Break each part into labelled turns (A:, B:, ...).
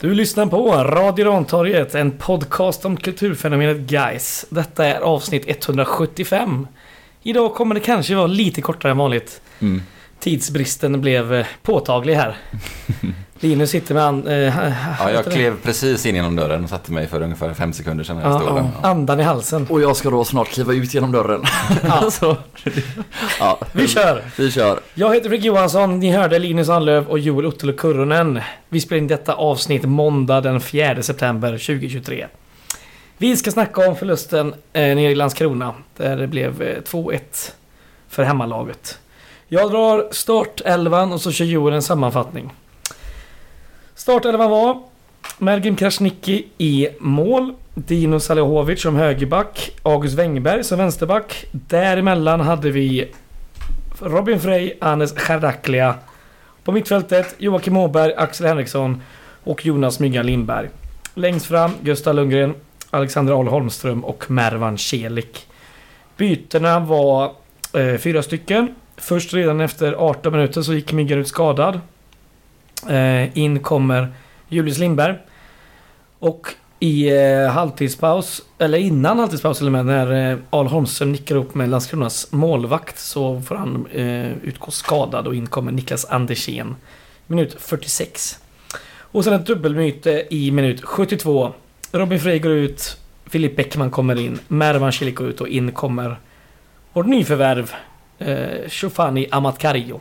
A: Du lyssnar på Radio Rantorget, en podcast om kulturfenomenet Gais. Detta är avsnitt 175. Idag kommer det kanske vara lite kortare än vanligt. Tidsbristen blev påtaglig här. Linus sitter med
B: jag klev precis in genom dörren och satte mig för ungefär 5 sekunder sedan jag stod där.
A: Andan i halsen.
C: Och jag ska då snart kliva ut genom dörren. Så,
A: Vi kör. Jag heter Fredrik Johansson, ni hörde Linus Anlöv och Joel Ottolo Kurronen. Vi spelar in detta avsnitt måndag den 4 september 2023. Vi ska snacka om förlusten nere i Landskrona, där det blev 2-1 för hemmalaget. Jag drar startelvan och så kör Joel en sammanfattning. Startelvan var Mergim Krasniqi i mål, Dino Salihovic som högerback, August Wengberg som vänsterback. Däremellan hade vi Robin Frey, Anes Chardaklia. På mittfältet Joakim Åberg, Axel Henriksson och Jonas Myggan Lindberg. Längst fram Gustav Lundgren, Alexander Ahl Holmström och Mervan Celik. Byterna var 4 stycken. Först redan efter 18 minuter så gick Myggan ut skadad. In kommer Julius Lindberg. Och i halvtidspaus, eller innan halvtidspaus eller med, när Ahl Holmström nickar upp med Landskronas målvakt, så får han utgå skadad och in kommer Niklas Andersén minut 46. Och sen ett dubbelmyte i minut 72. Robin Frey går ut, Filip Bäckman kommer in, Mervan Celik går ut och in kommer vårt nyförvärv Shofani Amatkario.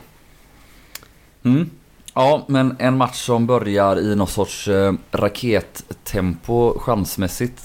C: Ja, men en match som börjar i någon sorts rakettempo chansmässigt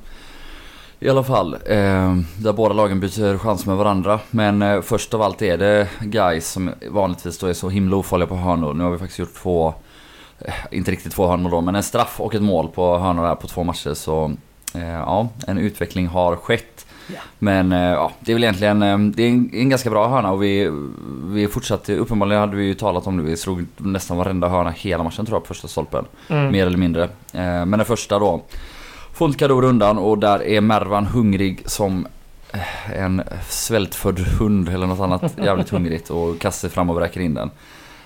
C: i alla fall. Där båda lagen byter chans med varandra. Men först av allt är det Gais som vanligtvis då är så himla ofarliga på hörnor. Nu har vi faktiskt gjort inte riktigt 2 hörnor då, men en straff och ett mål på hörnor där på 2 matcher. Så en utveckling har skett. Yeah. Men det är väl egentligen det är en ganska bra hörna, och vi fortsatte, uppenbarligen hade vi ju talat om det, vi slog nästan varenda hörna hela matchen tror jag på första stolpen, mer eller mindre, men den första då Fontcador undan, och där är Mervan hungrig som en svältfödd hund eller något annat jävligt hungrigt och kastar fram och vräker in den.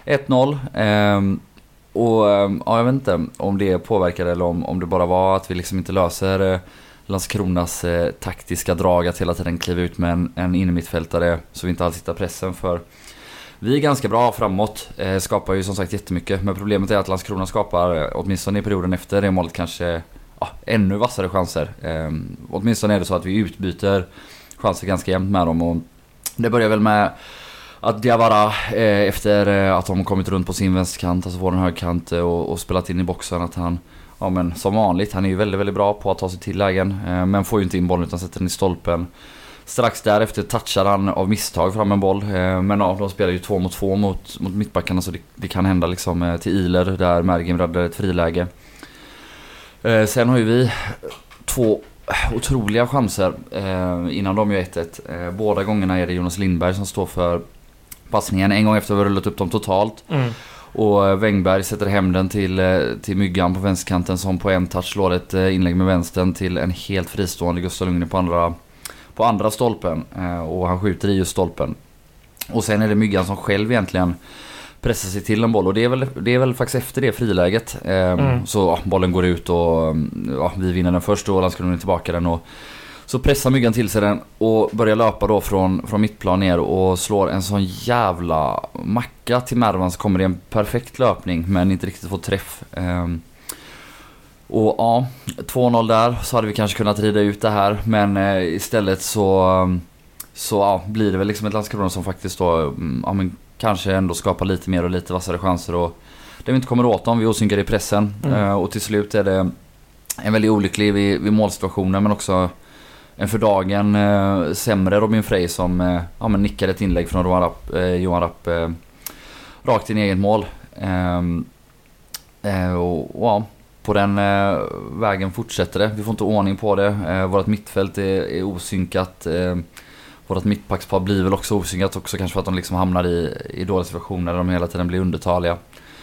C: 1-0 och jag vet inte om det påverkade eller om det bara var att vi liksom inte löser Landskronas taktiska drag att hela tiden kliva ut med en innermittfältare så vi inte alls hittar pressen, för vi är ganska bra framåt, skapar ju som sagt jättemycket, men problemet är att Landskrona skapar, åtminstone i perioden efter det målet, kanske ännu vassare chanser. Åtminstone är det så att vi utbyter chanser ganska jämnt med dem, och det börjar väl med att Diawara efter att de kommit runt på sin vänsterkant, alltså vår högkant, och spelat in i boxen, att han, men som vanligt, han är ju väldigt, väldigt bra på att ta sig till lägen, men får ju inte in bollen utan sätter den i stolpen. Strax därefter touchar han av misstag fram en boll, men de spelar ju 2 mot 2 mot mittbackarna, så det kan hända liksom till Iler där Mergim räddar ett friläge. Sen har ju vi 2 otroliga chanser innan de gör 1-1. Båda gångerna är det Jonas Lindberg som står för passningen, en gång efter att vi har rullat upp dem totalt. Och Wengberg sätter hem den till Myggan på vänsterkanten, som på en touch slår ett inlägg med vänstern till en helt fristående Gustav Lundgren på andra stolpen, och han skjuter i just stolpen. Och sen är det Myggan som själv egentligen pressar sig till en boll, och det är väl faktiskt efter det friläget så bollen går ut och vi vinner den först, och Landskrona tillbaka den, och så pressar Myggan till sig den och börjar löpa då från mittplan ner och slår en sån jävla macka till Mervan, så kommer det en perfekt löpning men inte riktigt få träff. Och 2-0 där, så hade vi kanske kunnat rida ut det här, men istället så blir det väl liksom ett Landskrona som faktiskt då men kanske ändå skapar lite mer och lite vassare chanser, och det vi inte kommer åt dem, vi osynkar i pressen, och till slut är det en väldigt olycklig vid målsituationen, men också en för dagen sämre Robin Frey som nickar ett inlägg från Johan Rapp rakt in i eget mål. På den vägen fortsätter det. Vi får inte ordning på det. Vårt mittfält är osynkat. Vårt mittbackspar blir väl också osynkat också, kanske för att de liksom hamnar i dåliga situationer där de hela tiden blir undertaliga.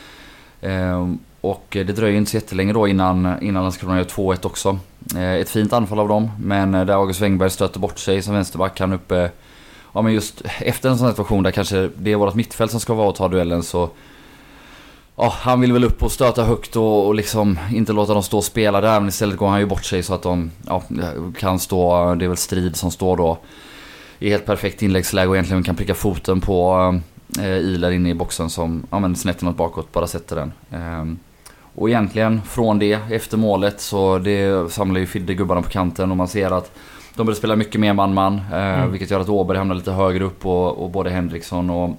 C: Och det dröjer inte så jättelänge då innan Landskrona gör 2-1 också. Ett fint anfall av dem, men där August Wengberg stöter bort sig som vänsterback, han uppe. Men just efter en sån situation där kanske det är vårt mittfält som ska vara och ta duellen, så han vill väl upp och stöta högt och liksom inte låta dem stå och spela där. Men istället går han ju bort sig så att de kan stå. Det är väl Strid som står då i helt perfekt inläggsläge och egentligen kan pricka foten på Iler inne i boxen som snett något bakåt, bara sätter den. Och egentligen från det, efter målet, så det samlar ju Fidde gubbarna på kanten och man ser att de börjar spela mycket mer man-man, vilket gör att Åberg hamnar lite högre upp och både Henriksson och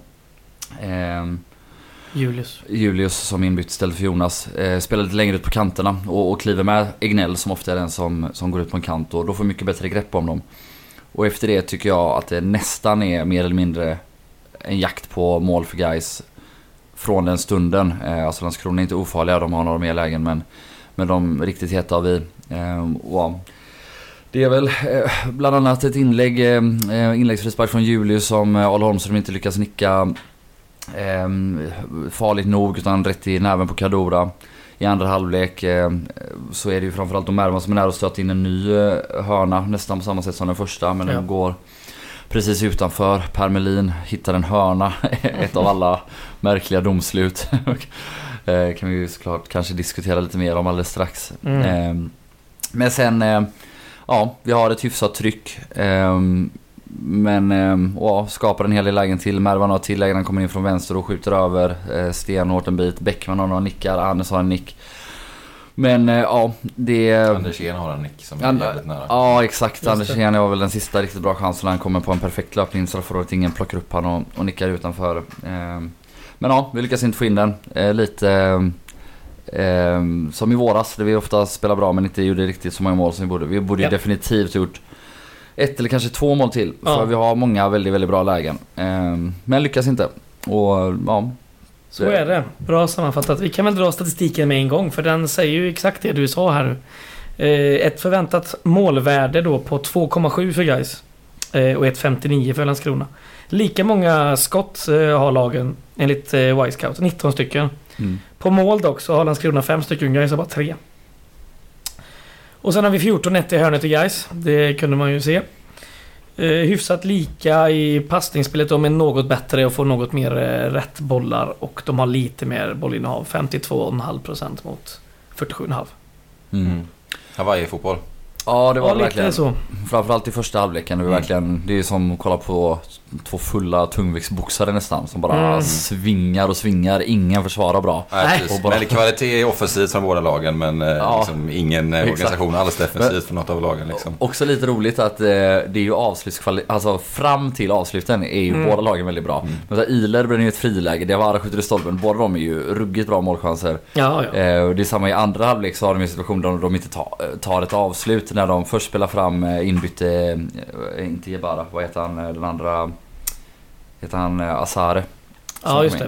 C: Julius som inbytt istället för Jonas spelar lite längre ut på kanterna och kliver med Egnell som ofta är den som går ut på en kant, och då får mycket bättre grepp om dem. Och efter det tycker jag att det nästan är mer eller mindre en jakt på mål för Gais från den stunden. Alltså Landskrona är inte ofarliga, de har några mer lägen, men de riktigt heta vi. Det är väl bland annat ett inläggsfrispark från Julius som Arle Holmström inte lyckas nicka farligt nog, utan rätt i näven på Kadura. I andra halvlek så är det ju framförallt de Mervan som är nära att stöta in en ny hörna, nästan på samma sätt som den första, men den går precis utanför. Per Melin hittar en hörna, ett av alla märkliga domslut. Kan vi ju såklart kanske diskutera lite mer om alldeles strax. Men sen vi har ett hyfsat tryck, men skapar en hel del lägen till. Mervan har tilläggen, han kommer in från vänster och skjuter över stenhårt en bit. Bäckman har några nickar, Anders har en nick. Men det...
B: Andersén har en nick som är väldigt nära.
C: Ja, exakt. Andersén har väl den sista riktigt bra chansen. Han kommer på en perfekt löpning så får ingen plockar upp han och nickar utanför. Men vi lyckas inte få in den. Lite som i våras, där vi ofta spelar bra men inte gjorde riktigt så många mål som vi borde. Vi borde definitivt gjort 1 eller kanske 2 mål till. För vi har många väldigt, väldigt bra lägen. Men lyckas inte. Och
A: så är det. Bra sammanfattat. Vi kan väl dra statistiken med en gång, för den säger ju exakt det du sa här. Ett förväntat målvärde då på 2,7 för Gais och 1,59 för Landskrona. Lika många skott har lagen enligt Y-Scout, 19 stycken. På mål dock så har Landskrona 5 stycken, Gais har bara 3. Och sen har vi 14-1 i hörnet i Gais. Det kunde man ju se. Hyfsat lika i passningsspelet. De är något bättre och får något mer rätt bollar. Och de har lite mer bollinnehav. 52,5% mot 47,5%.
B: Hawaii-fotboll.
C: Ja, det var
A: lite
C: verkligen
A: så.
C: Framförallt i första halvleken. Det är som att kolla på 2 fulla tungviktsboxare nästan, som bara svingar och svingar. Ingen försvarar bra.
B: Men kvalitet är offensivt från båda lagen, men liksom ingen organisation alls defensivt för något av lagen liksom.
C: Också lite roligt att det är ju avslutskvalitet, alltså fram till avsluten är ju båda lagen väldigt bra. Men så Iler bränner ju ett friläge, det var skjuter i stolpen. Båda de är ju ruggigt bra målchanser. Det är samma i andra halvlek, så har de en situation där de inte tar ett avslut när de först spelar fram inbytte, inte Jebara, vad heter han, den andra heter han Asare.
A: Ja, just det.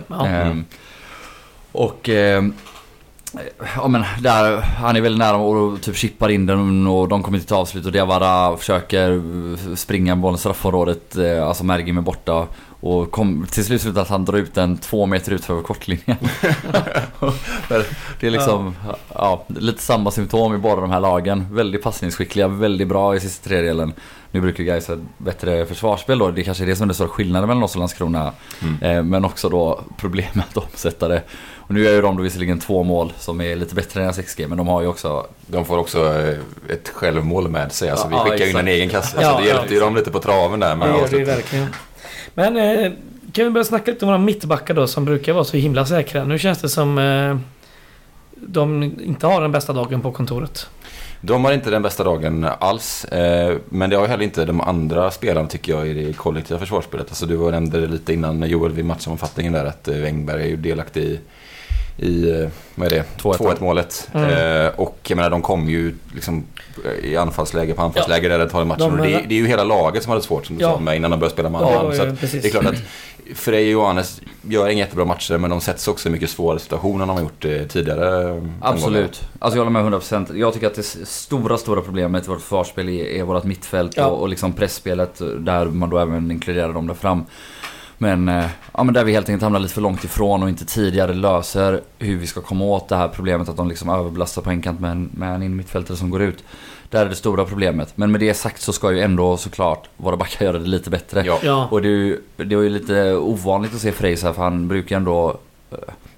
C: Men där, han är väldigt nära och typ chippar in den och de kommer inte till avslut och Diawara försöker springa bollen straffområdet, alltså Mergim är borta och till slut att han drar ut den 2 meter ut för kortlinjen. Det är liksom lite samma symptom i båda de här lagen. Väldigt passningsskickliga, väldigt bra i sista tredjedelen. Nu brukar Gais ha bättre försvarsspel då. Det kanske är det som är det stora skillnaden mellan oss och Landskrona. Men också då problemet att omsätta det. Och nu är ju de då visserligen 2 mål som är lite bättre än 6G, men de har ju också...
B: De får också ett självmål med sig. Alltså vi skickar in en egen kasse. Alltså det hjälpte ju dem lite på traven där.
A: Men det är verkligen. Men kan vi börja snacka lite om våra mittbackar då, som brukar vara så himla säkra. Nu känns det som de inte har den bästa dagen på kontoret.
B: De har inte den bästa dagen alls, men det har ju heller inte de andra spelarna tycker jag i det kollektiva försvarsspelet. Alltså du nämnde det lite innan Joel vid matchsammanfattningen där att Engberg är ju delaktig i vad är det? 2-1 målet. Och jag menar, de kom ju liksom i anfallsläge på anfallsläge där det tar matchen. Och det är ju hela laget som hade svårt som du sa med innan de började spela med andra. Så att det är klart att Frej och Johannes gör inga jättebra matcher, men de sätts också i mycket svårare situationer än de har gjort tidigare.
C: Absolut. Alltså jag håller med 100%. Jag tycker att det stora problemet i vårt försvarsspel är vårt mittfält och liksom pressspelet, där man då även inkluderar dem där fram. Men där vi helt enkelt hamnar lite för långt ifrån och inte tidigare löser hur vi ska komma åt det här problemet att de liksom överbelastar på en kant med en in mittfältare som går ut. Där är det stora problemet. Men med det sagt så ska ju ändå såklart våra backar göra det lite bättre. Och det är ju lite ovanligt att se Frej så här, för han brukar ändå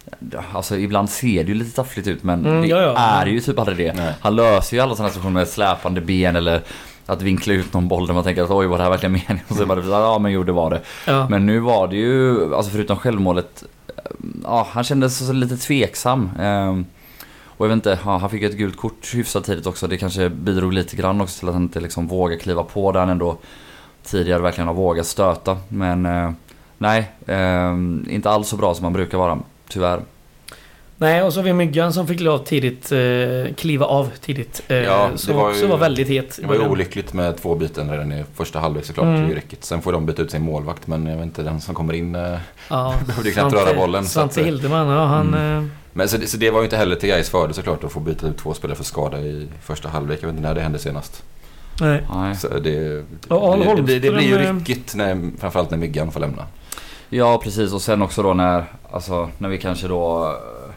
C: Alltså ibland ser det ju lite taffligt ut, men det är ju typ aldrig det. Nej. Han löser ju alla sådana situationer med släpande ben eller att vinkla ut någon boll där man tänker att oj, var det här verkligen meningen? Och så bara, ja men jo, det var det. Ja. Men nu var det ju, alltså förutom självmålet, han kändes så lite tveksam. Och jag vet inte, han fick ett gult kort hyfsat tidigt också. Det kanske bidrog lite grann också till att han inte liksom vågar kliva på där han ändå tidigare verkligen har vågat stöta. Men nej, inte alls så bra som man brukar vara, tyvärr.
A: Nej, och så har vi Myggan som fick kliva av tidigt. Som också var väldigt het.
B: Det var ju olyckligt med 2 byten redan i första halvlek såklart. Sen får de byta ut sin målvakt, men jag vet inte, den som kommer in behövde knappt röra bollen.
A: Svante Hildeman, han...
B: Men så det var ju inte heller till Gais fördel såklart att få byta ut 2 spelare för skada i första halvlek. Jag vet inte när det hände senast.
A: Nej.
B: Så det blir ju ryckigt framförallt när Myggan får lämna.
C: Ja, precis. Och sen också då när vi kanske då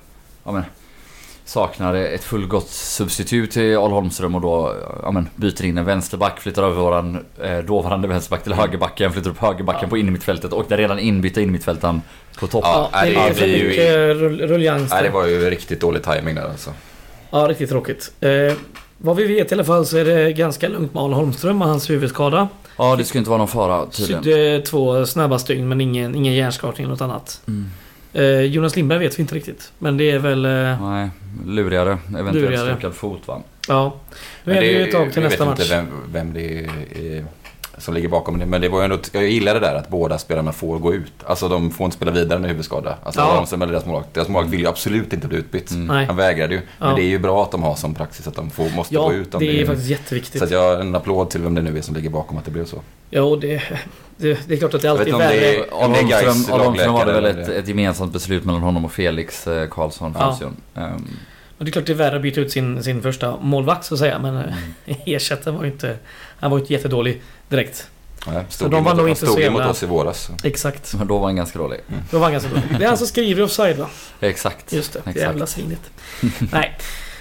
C: saknar ett fullgott substitut till Al Holmström och då byter in en vänsterback, flyttar över våran dåvarande vänsterback till högerbacken, flyttar upp högerbacken på innermittfältet och där redan inbytta innermittfältaren på topp.
A: Det blir ju ruljans.
B: Det var ju riktigt dålig timing där alltså.
A: Ja, riktigt tråkigt. Vad vi vet i alla fall så är det ganska lugnt med Al Holmström och hans huvudskada.
C: Ja, det ska inte vara någon fara tydligen.
A: Det är 2 snabba stygn men ingen hjärnskakning eller något annat. Jonas Lindberg vet vi inte riktigt. Men det är väl...
C: Nej, lurigare. Eventuellt stukad fot, va?
A: Ja. Nu är det ju ett tag till nästa match.
B: Jag vet inte vem det är som ligger bakom det. Men det var ju ändå, jag gillar det där att båda spelarna får gå ut. Alltså de får inte spela vidare med huvudskada. Alltså deras målvakt vill ju absolut inte bli utbytt. Han vägrade ju. Men det är ju bra att de har som praxis att de måste gå ut.
A: Det är faktiskt jätteviktigt.
B: Så att jag har en applåd till vem det nu är som ligger bakom att det blev så.
A: Ja, det är klart att det alltid är värre.
C: Al Holmström var det väl ett gemensamt beslut mellan honom och Felix Karlsson.
A: Och det är klart det är värre att byta ut sin första målvakt så att säga. Men ersättaren var ju inte... Han var ju inte jättedålig direkt.
B: Nej, stod emot oss i våras. Så.
A: Exakt.
C: Men då var han ganska dålig.
A: Då var han ganska dålig. Det är han som skriver offside, va?
C: Exakt.
A: Just det, exakt. Jävla svinigt. Nej.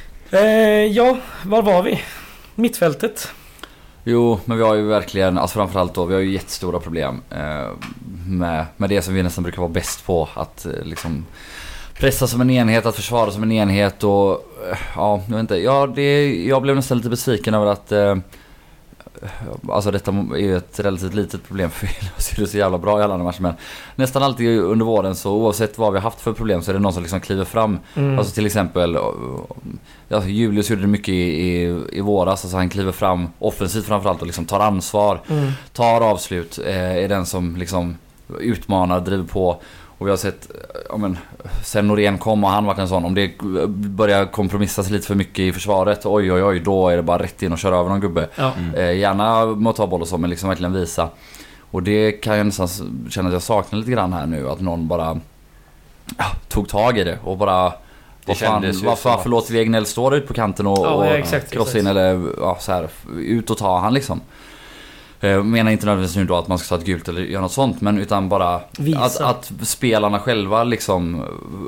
A: Var var vi? Mittfältet.
C: Jo, men vi har ju verkligen, alltså framförallt då, vi har ju jättestora problem med det som vi nästan brukar vara bäst på. Att liksom pressa som en enhet, att försvara som en enhet och jag vet inte. Jag blev nästan lite besviken över att alltså detta är ju ett relativt litet problem för oss. Det är så jävla bra i alla matcher, men nästan alltid under våren så oavsett vad vi har haft för problem så är det någon som liksom kliver fram. Alltså till exempel Julius gjorde det mycket i våras, alltså han kliver fram offensivt framförallt och liksom tar ansvar, tar avslut, är den som liksom utmanar, driver på. Och vi har sett, sen Norén kom och han var en sån, om det börjar kompromissas lite för mycket i försvaret, oj, då är det bara rätt in och köra över någon gubbe. Gärna må ta boll och så, men liksom verkligen visa. Och det kan jag nästan känna att jag saknar lite grann här nu, att någon bara tog tag i det och bara... Varför låter vi Egnell stå ut på kanten och krossa in eller så här, ut och ta han liksom. Jag menar inte nödvändigtvis nu då att man ska ta ett gult eller göra något sånt, men utan bara att spelarna själva liksom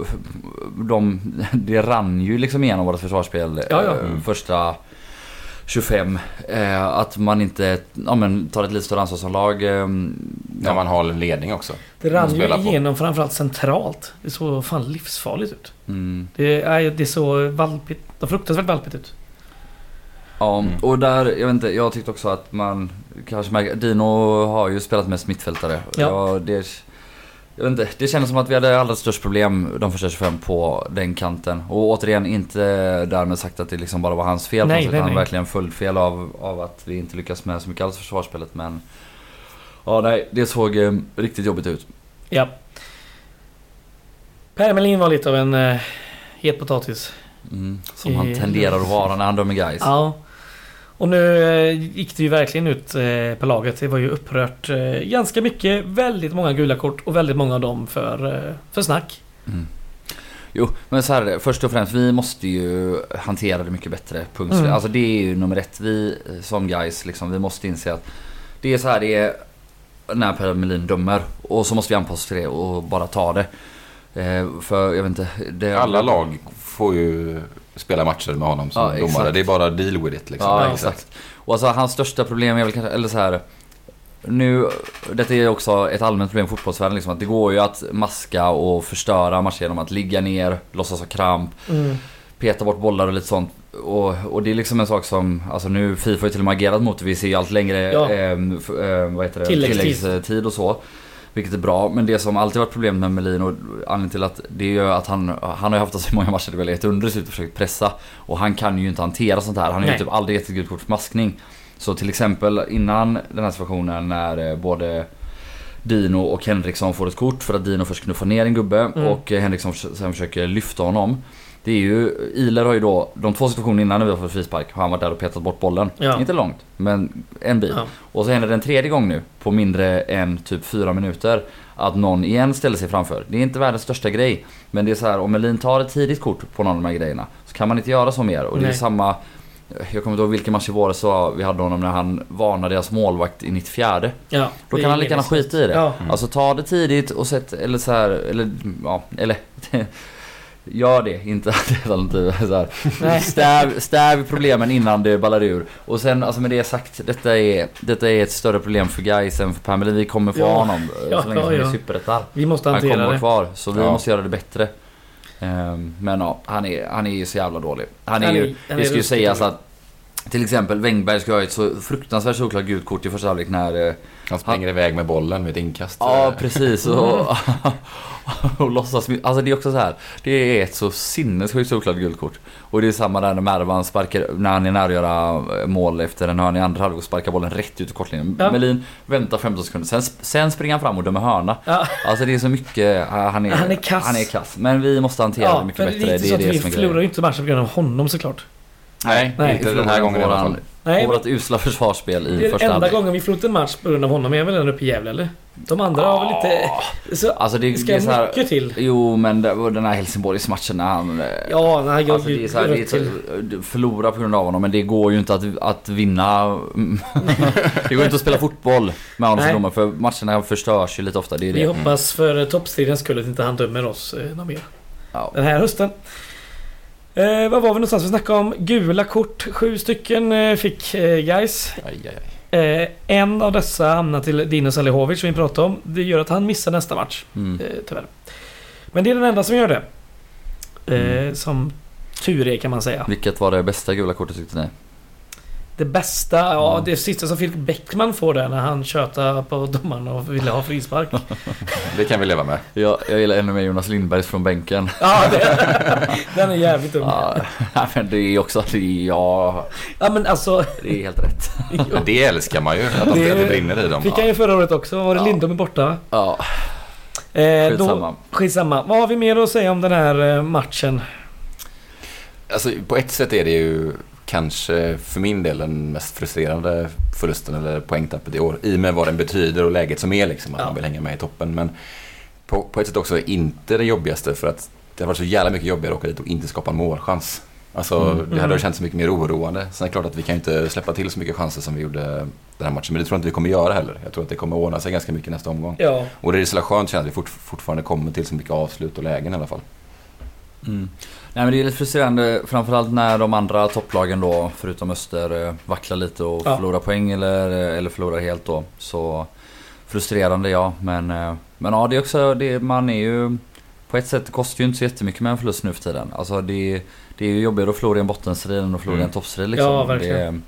C: det rann ju liksom igenom vårt försvarsspel första 25 att man inte tar ett lite större ansvar som lag
B: när man har en ledning också.
A: Det rann ju igenom framförallt centralt. Det såg fan livsfarligt ut. Det är så valpigt, det fruktansvärt valpigt ut.
C: Ja, och där, jag vet inte, jag tyckte också att man kanske märker, Dino har ju spelat mest mittfältare. Jag vet inte, det kändes som att vi hade allra störst problem de första 25 på den kanten. Och återigen, inte därmed sagt att det liksom bara var hans fel. Nej. Han verkligen följt fel av att vi inte lyckas med så mycket alls försvarsspelet. Men det såg riktigt jobbigt ut.
A: Ja. Per Melin var lite av en het potatis.
C: Som han tenderar att vara när han dömer guys.
A: Ja. Och nu gick det ju verkligen ut på laget. Det var ju upprört ganska mycket. Väldigt många gula kort och väldigt många av dem för snack.
C: Jo, men så här, först och främst, vi måste ju hantera det mycket bättre. Alltså det är ju nummer 1. Vi som guys liksom, vi måste inse att det är så här det är när Per Melin dömer. Och så måste vi anpassa till det och bara ta det. För jag vet inte,
B: alla lag får ju spela matcher med honom som domare. Det är bara deal with it liksom.
C: Ja, exakt. Och alltså hans största problem är väl kanske, eller så här, nu, detta är också ett allmänt problem i fotbollsvärlden liksom, att det går ju att maska och förstöra matcher genom att ligga ner, låtsas ha kramp, peta bort bollar och lite sånt. Och det är liksom en sak som, alltså nu FIFA har ju till och med agerat mot det. Vi ser ju allt längre tilläggstid och så, vilket är bra. Men det som alltid varit problemet med Melin och anledningen till att det är ju att han har ju haft så många matcher väl ett under sig och försökt pressa, och han kan ju inte hantera sånt här. Han har ju typ aldrig gett ett gult kort för maskning. Så till exempel innan den här situationen när både Dino och Henriksson får ett kort för att Dino först knuffar ner en gubbe och Henriksson sen försöker lyfta honom. Det är ju, Iler har ju då, de 2 situationer innan när vi har fått frispark har han varit där och petat bort bollen. Inte långt, men en bit. Och så händer det en tredje gång nu på mindre än typ 4 minuter att någon igen ställer sig framför. Det är inte världens största grej, men det är så här, om Melin tar ett tidigt kort på någon av de här grejerna så kan man inte göra så mer. Och det är samma, jag kommer inte ihåg vilken match i våras så vi hade honom när han varnade deras målvakt i 94. Då kan han lika gärna skita i det. Alltså ta det tidigt och sätt, eller så här, eller gör det, inte så här. Stäv problemen innan det ballar ur. Och sen, alltså med det sagt, detta är ett större problem för Gais än för Pamela. Vi kommer få honom så länge som vi superrättar.
A: Vi måste hantera
C: han kommer
A: det
C: kvar, så vi måste göra det bättre. Men ja, han är ju så jävla dålig. Det ska ju sägas att till exempel Wängberg ska ha ett så fruktansvärt såklart gult kort i första halvlek när
B: han springer iväg med bollen med ett inkast.
C: Ja, precis. Och låtsas, alltså det är också så här, det är ett så sinnessjukt såklart gult kort. Och det är samma där när Mervan sparkar, när han är nära att göra mål efter en hörna i andra halvlek och sparkar bollen rätt ut i kortlinjen. Melin väntar 15 sekunder, sen springer han fram och dömer hörna. Alltså det är så mycket, han är kass. Men vi måste hantera det mycket bättre.
A: Det är så att vi förlorar ju inte matchen på grund av honom såklart.
B: Nej, inte den här gången i alla fall.
C: Vårat usla försvarsspel i första
A: enda
C: halvlek.
A: gången vi förlorat en match på grund av honom är väl den uppe i Gävle, eller? De andra har väl inte... Så,
C: alltså det
A: ska
C: är så här,
A: mycket till.
C: Jo, men den här Helsingborgsmatchen när han...
A: Ja, när han
C: alltså det är så här, förlora på grund av honom, men det går ju inte att vinna. Det går inte att spela fotboll med honom som domare, för matcherna förstörs ju lite ofta. Det är
A: vi hoppas för toppstriden skulle inte han dömer oss någon mer. Den här hösten. Vad var vi någonstans? Vi snackade om gula kort. 7 stycken fick Gais. En av dessa hamnar till Dino Salihovic som vi pratade om. Det gör att han missar nästa match. Tyvärr. Men det är den enda som gör det. Som tur är, kan man säga.
C: Vilket var det bästa gula kortet tyckte ni?
A: Det bästa, det sista som Filip Bäckman får där när han tjötar på domaren och ville ha frispark.
B: Det kan vi leva med.
C: Jag gillar ännu mer Jonas Lindbergs från bänken.
A: Ja, den är jävligt dum.
C: Men det är också
A: men alltså,
C: det är helt rätt.
B: Det älskar man ju, att det brinner i dem.
A: Fick han ju förra året också. Var det Lindom är borta?
C: Ja.
A: Skitsamma. Vad har vi mer att säga om den här matchen?
B: Alltså på ett sätt är det ju kanske för min del den mest frustrerande förlusten eller poängtappet i år, i med vad den betyder och läget som är liksom, att man vill hänga med i toppen. Men på ett sätt också inte det jobbigaste, för att det har varit så jävla mycket jobbigare att åka dit och inte skapa en målchans. Alltså det hade känts så mycket mer oroande. Sen är det klart att vi kan inte släppa till så mycket chanser som vi gjorde den här matchen, men det tror jag inte vi kommer göra heller. Jag tror att det kommer ordna sig ganska mycket nästa omgång. Och det är så skönt att vi fortfarande kommer till så mycket avslut och lägen i alla fall.
C: Nej, men det är lite frustrerande, framförallt när de andra topplagen då, förutom Öster, vacklar lite och förlorar poäng eller förlorar helt då. Så frustrerande, men ja, det är också man är ju på ett sätt, kostar ju inte så jättemycket med en förlust nu för tiden. Alltså det är ju jobbigare att förlora i en bottenstrid än att förlora i en toppstrid liksom.
A: Ja, verkligen.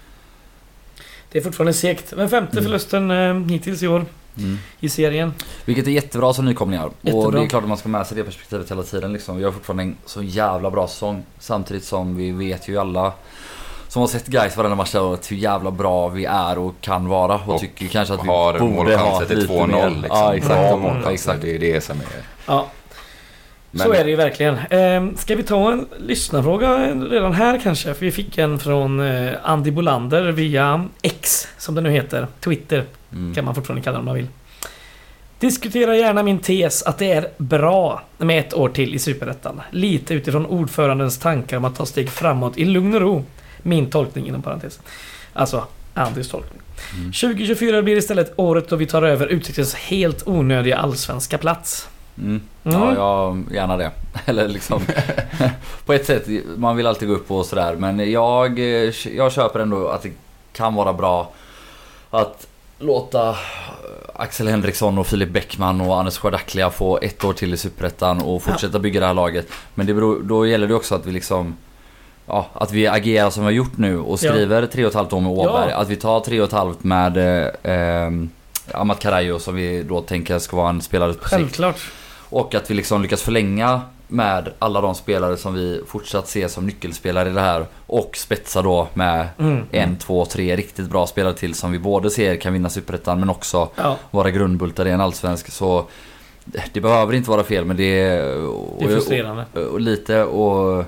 A: Det är fortfarande segt. Men 5:e förlusten hittills i år i serien.
C: Vilket är jättebra som nykomlingar.
A: Jättebra.
C: Och det är klart att man ska med sig det perspektivet hela tiden liksom. Vi har fortfarande en så jävla bra säsong. Samtidigt som vi vet ju alla som har sett Gais varenda match hur jävla bra vi är och kan vara. Och tycker kanske att vi borde ha lite 2-0 mer. Liksom.
B: Ja, exakt. Det är det som är...
A: Ja. Men... Så är det ju verkligen. Ska vi ta en lyssnarfråga redan här kanske? För vi fick en från Andy Bolander via X, som det nu heter. Twitter kan man fortfarande kalla det om man vill. Diskutera gärna min tes att det är bra med ett år till i Superettan. Lite utifrån ordförandens tankar om att ta steg framåt i lugn och ro. Min tolkning inom parentes. Alltså Andys tolkning. 2024 blir istället året då vi tar över Utsiktens helt onödiga allsvenska plats.
C: Ja, gärna det. Eller liksom på ett sätt, man vill alltid gå upp och sådär. Men jag köper ändå att det kan vara bra att låta Axel Henriksson och Filip Bäckman och Anders Skardaklia få 1 år till i Superettan och fortsätta bygga det här laget. Men då gäller det också att vi liksom att vi agerar som vi har gjort nu och skriver 3,5 år med Åberg. Att vi tar 3,5 med Amat Karajo som vi då tänker ska vara en spelare på sikt.
A: Självklart.
C: Och att vi liksom lyckas förlänga med alla de spelare som vi fortsatt ser som nyckelspelare i det här. Och spetsa då med 1, 2, 3 riktigt bra spelare till som vi både ser kan vinna Superettan men också vara grundbultar i en allsvensk. Så det behöver inte vara fel, men det är
A: frustrerande.
C: Och lite och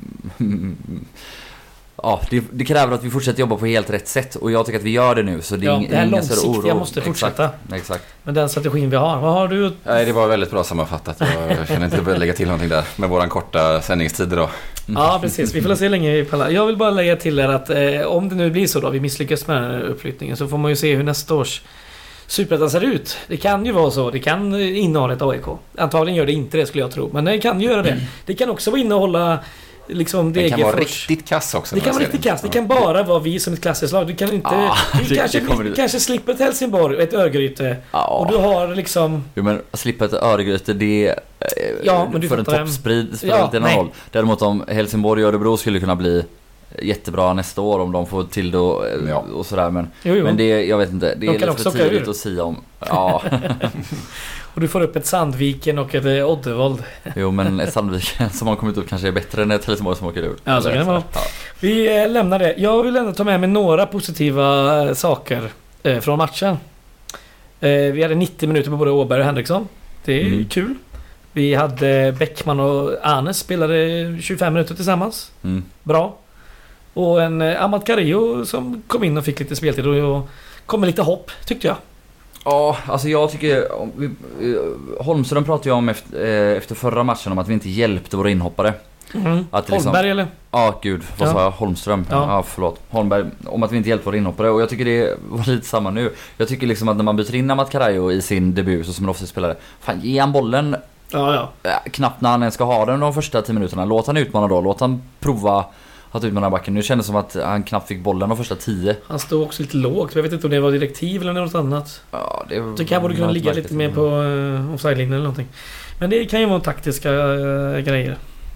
C: det kräver att vi fortsätter jobba på helt rätt sätt. Och jag tycker att vi gör det nu. Så det är
A: det här långsiktiga måste fortsätta.
C: Exakt.
A: Men den strategin vi har. Vad har du?
B: Nej, det var väldigt bra sammanfattat. Jag känner inte att jag behöver lägga till någonting där med våran korta sändningstid då.
A: Ja, precis. Vi får se länge vi pallar. Jag vill bara lägga till er att om det nu blir så då, vi misslyckas med den här uppflyttningen, så får man ju se hur nästa års Superettan ser ut. Det kan ju vara så. Det kan innehålla ett AIK. Antagligen gör det inte det, skulle jag tro. Men det kan göra det. Det kan också innehålla liksom
B: det kan vara riktigt kass också.
A: Det kan vara riktigt kass. Det kan bara vara vi som ett klassiskt lag. Du kan inte... vi kanske slipper ett Helsingborg och ett Örgryte. Och du har liksom...
C: Jo, men slippa ett Örgryte, det men för en toppsprid spelar inte någon roll. Däremot om Helsingborg och Örebro skulle kunna bli jättebra nästa år om de får till det och sådär. Men det, jag vet inte. Det är lite för tidigt att säga om. Ja.
A: Och du får upp ett Sandviken och ett Oddevold.
C: Jo, men ett Sandviken som har kommit upp kanske är bättre än ett Helsingborg som åker ut.
A: Ja, så kan det vara. Vi lämnar det. Jag vill ändå ta med mig några positiva saker från matchen. Vi hade 90 minuter på både Åberg och Henriksson. Det är kul. Vi hade Bäckman och Anes spelade 25 minuter tillsammans. Bra. Och en Amat Karajo som kom in och fick lite speltid och kom med lite hopp, tyckte jag.
C: Ja, alltså jag tycker Holmström pratade ju om efter förra matchen om att vi inte hjälpte våra inhoppare. Att liksom,
A: Holmberg eller?
C: Ja, gud, vad sa jag? Holmström. Ja, förlåt. Holmberg, om att vi inte hjälpte våra inhoppare. Och jag tycker det var lite samma nu. Jag tycker liksom att när man byter in Amat Karajo i sin debut så som en offensivspelare, fan, ge han bollen. Knappt när han ens ska ha den de första 10 minuterna. Låt han utmana då, låt han prova att utmana backen. Nu kändes det som att han knappt fick bollen de första 10. Han
A: stod också lite lågt. Jag vet inte om det var direktiv eller något annat.
C: Ja, det
A: så kan borde kunna ligga lite mer på offside-linjen eller någonting. Men det kan ju vara taktiska grejer.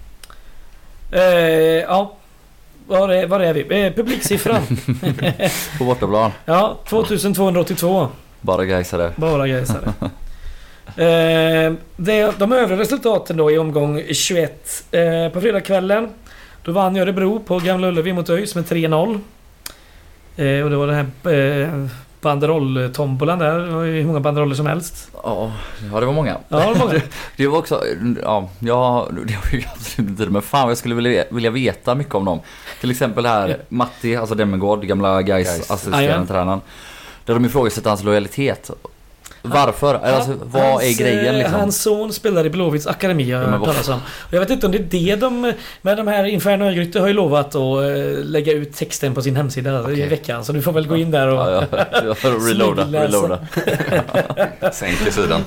A: Var är vi? Publiksiffran.
C: På bortaplan.
A: Ja, 2282.
C: Bara gaisare.
A: De övriga resultaten då i omgång 21 på fredagskvällen. Då vann Örebro på Gamla Ullevi mot ÖIS med 3-0. Och det var den här banderoll-tombolan där. Det var ju hur många banderoller som helst.
C: Ja, det var många. Det var också... det var ju absolut inte det. Men fan, jag skulle vilja veta mycket om dem. Till exempel här, Matti, alltså Demmengård, gamla Gais assisterande tränaren. Där de ifrågasätter hans lojalitet. Varför? Alltså, vad är grejen liksom?
A: Hans son spelar i Blåvitts akademi. Jag vet inte om det är det men de här Inferno Örgryte har ju lovat att lägga ut texten på sin hemsida i veckan. Så du får väl gå in där och
C: reloada.
B: Sänk i sidan.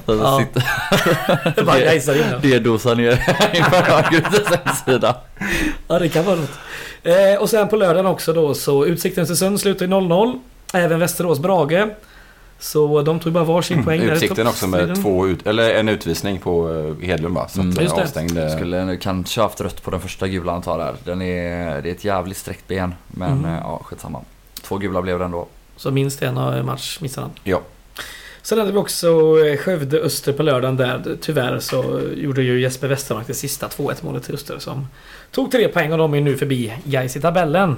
C: Det är dosan ner Inferno Örgrytes hemsida.
A: Ja, det kan vara något. Och sen på lördagen också då, så Utsikten till Sund slutar i 0-0. Även Västerås Brage. Så de tog bara varsin poäng.
B: Utsikten också med en utvisning på Hedlund va? Så
A: just det.
B: Avstängde.
C: Skulle kanske haft rött på den första gula han tar där. Det är ett jävligt sträckt ben. Men skitsamma. 2 gula blev det ändå.
A: Så minst en match missade han.
B: Ja.
A: Sen hade vi också Skövde Öster på lördagen där. Tyvärr så gjorde ju Jesper Westermark det sista 2-1 målet till Öster som tog 3 poäng och de är nu förbi Gais i tabellen.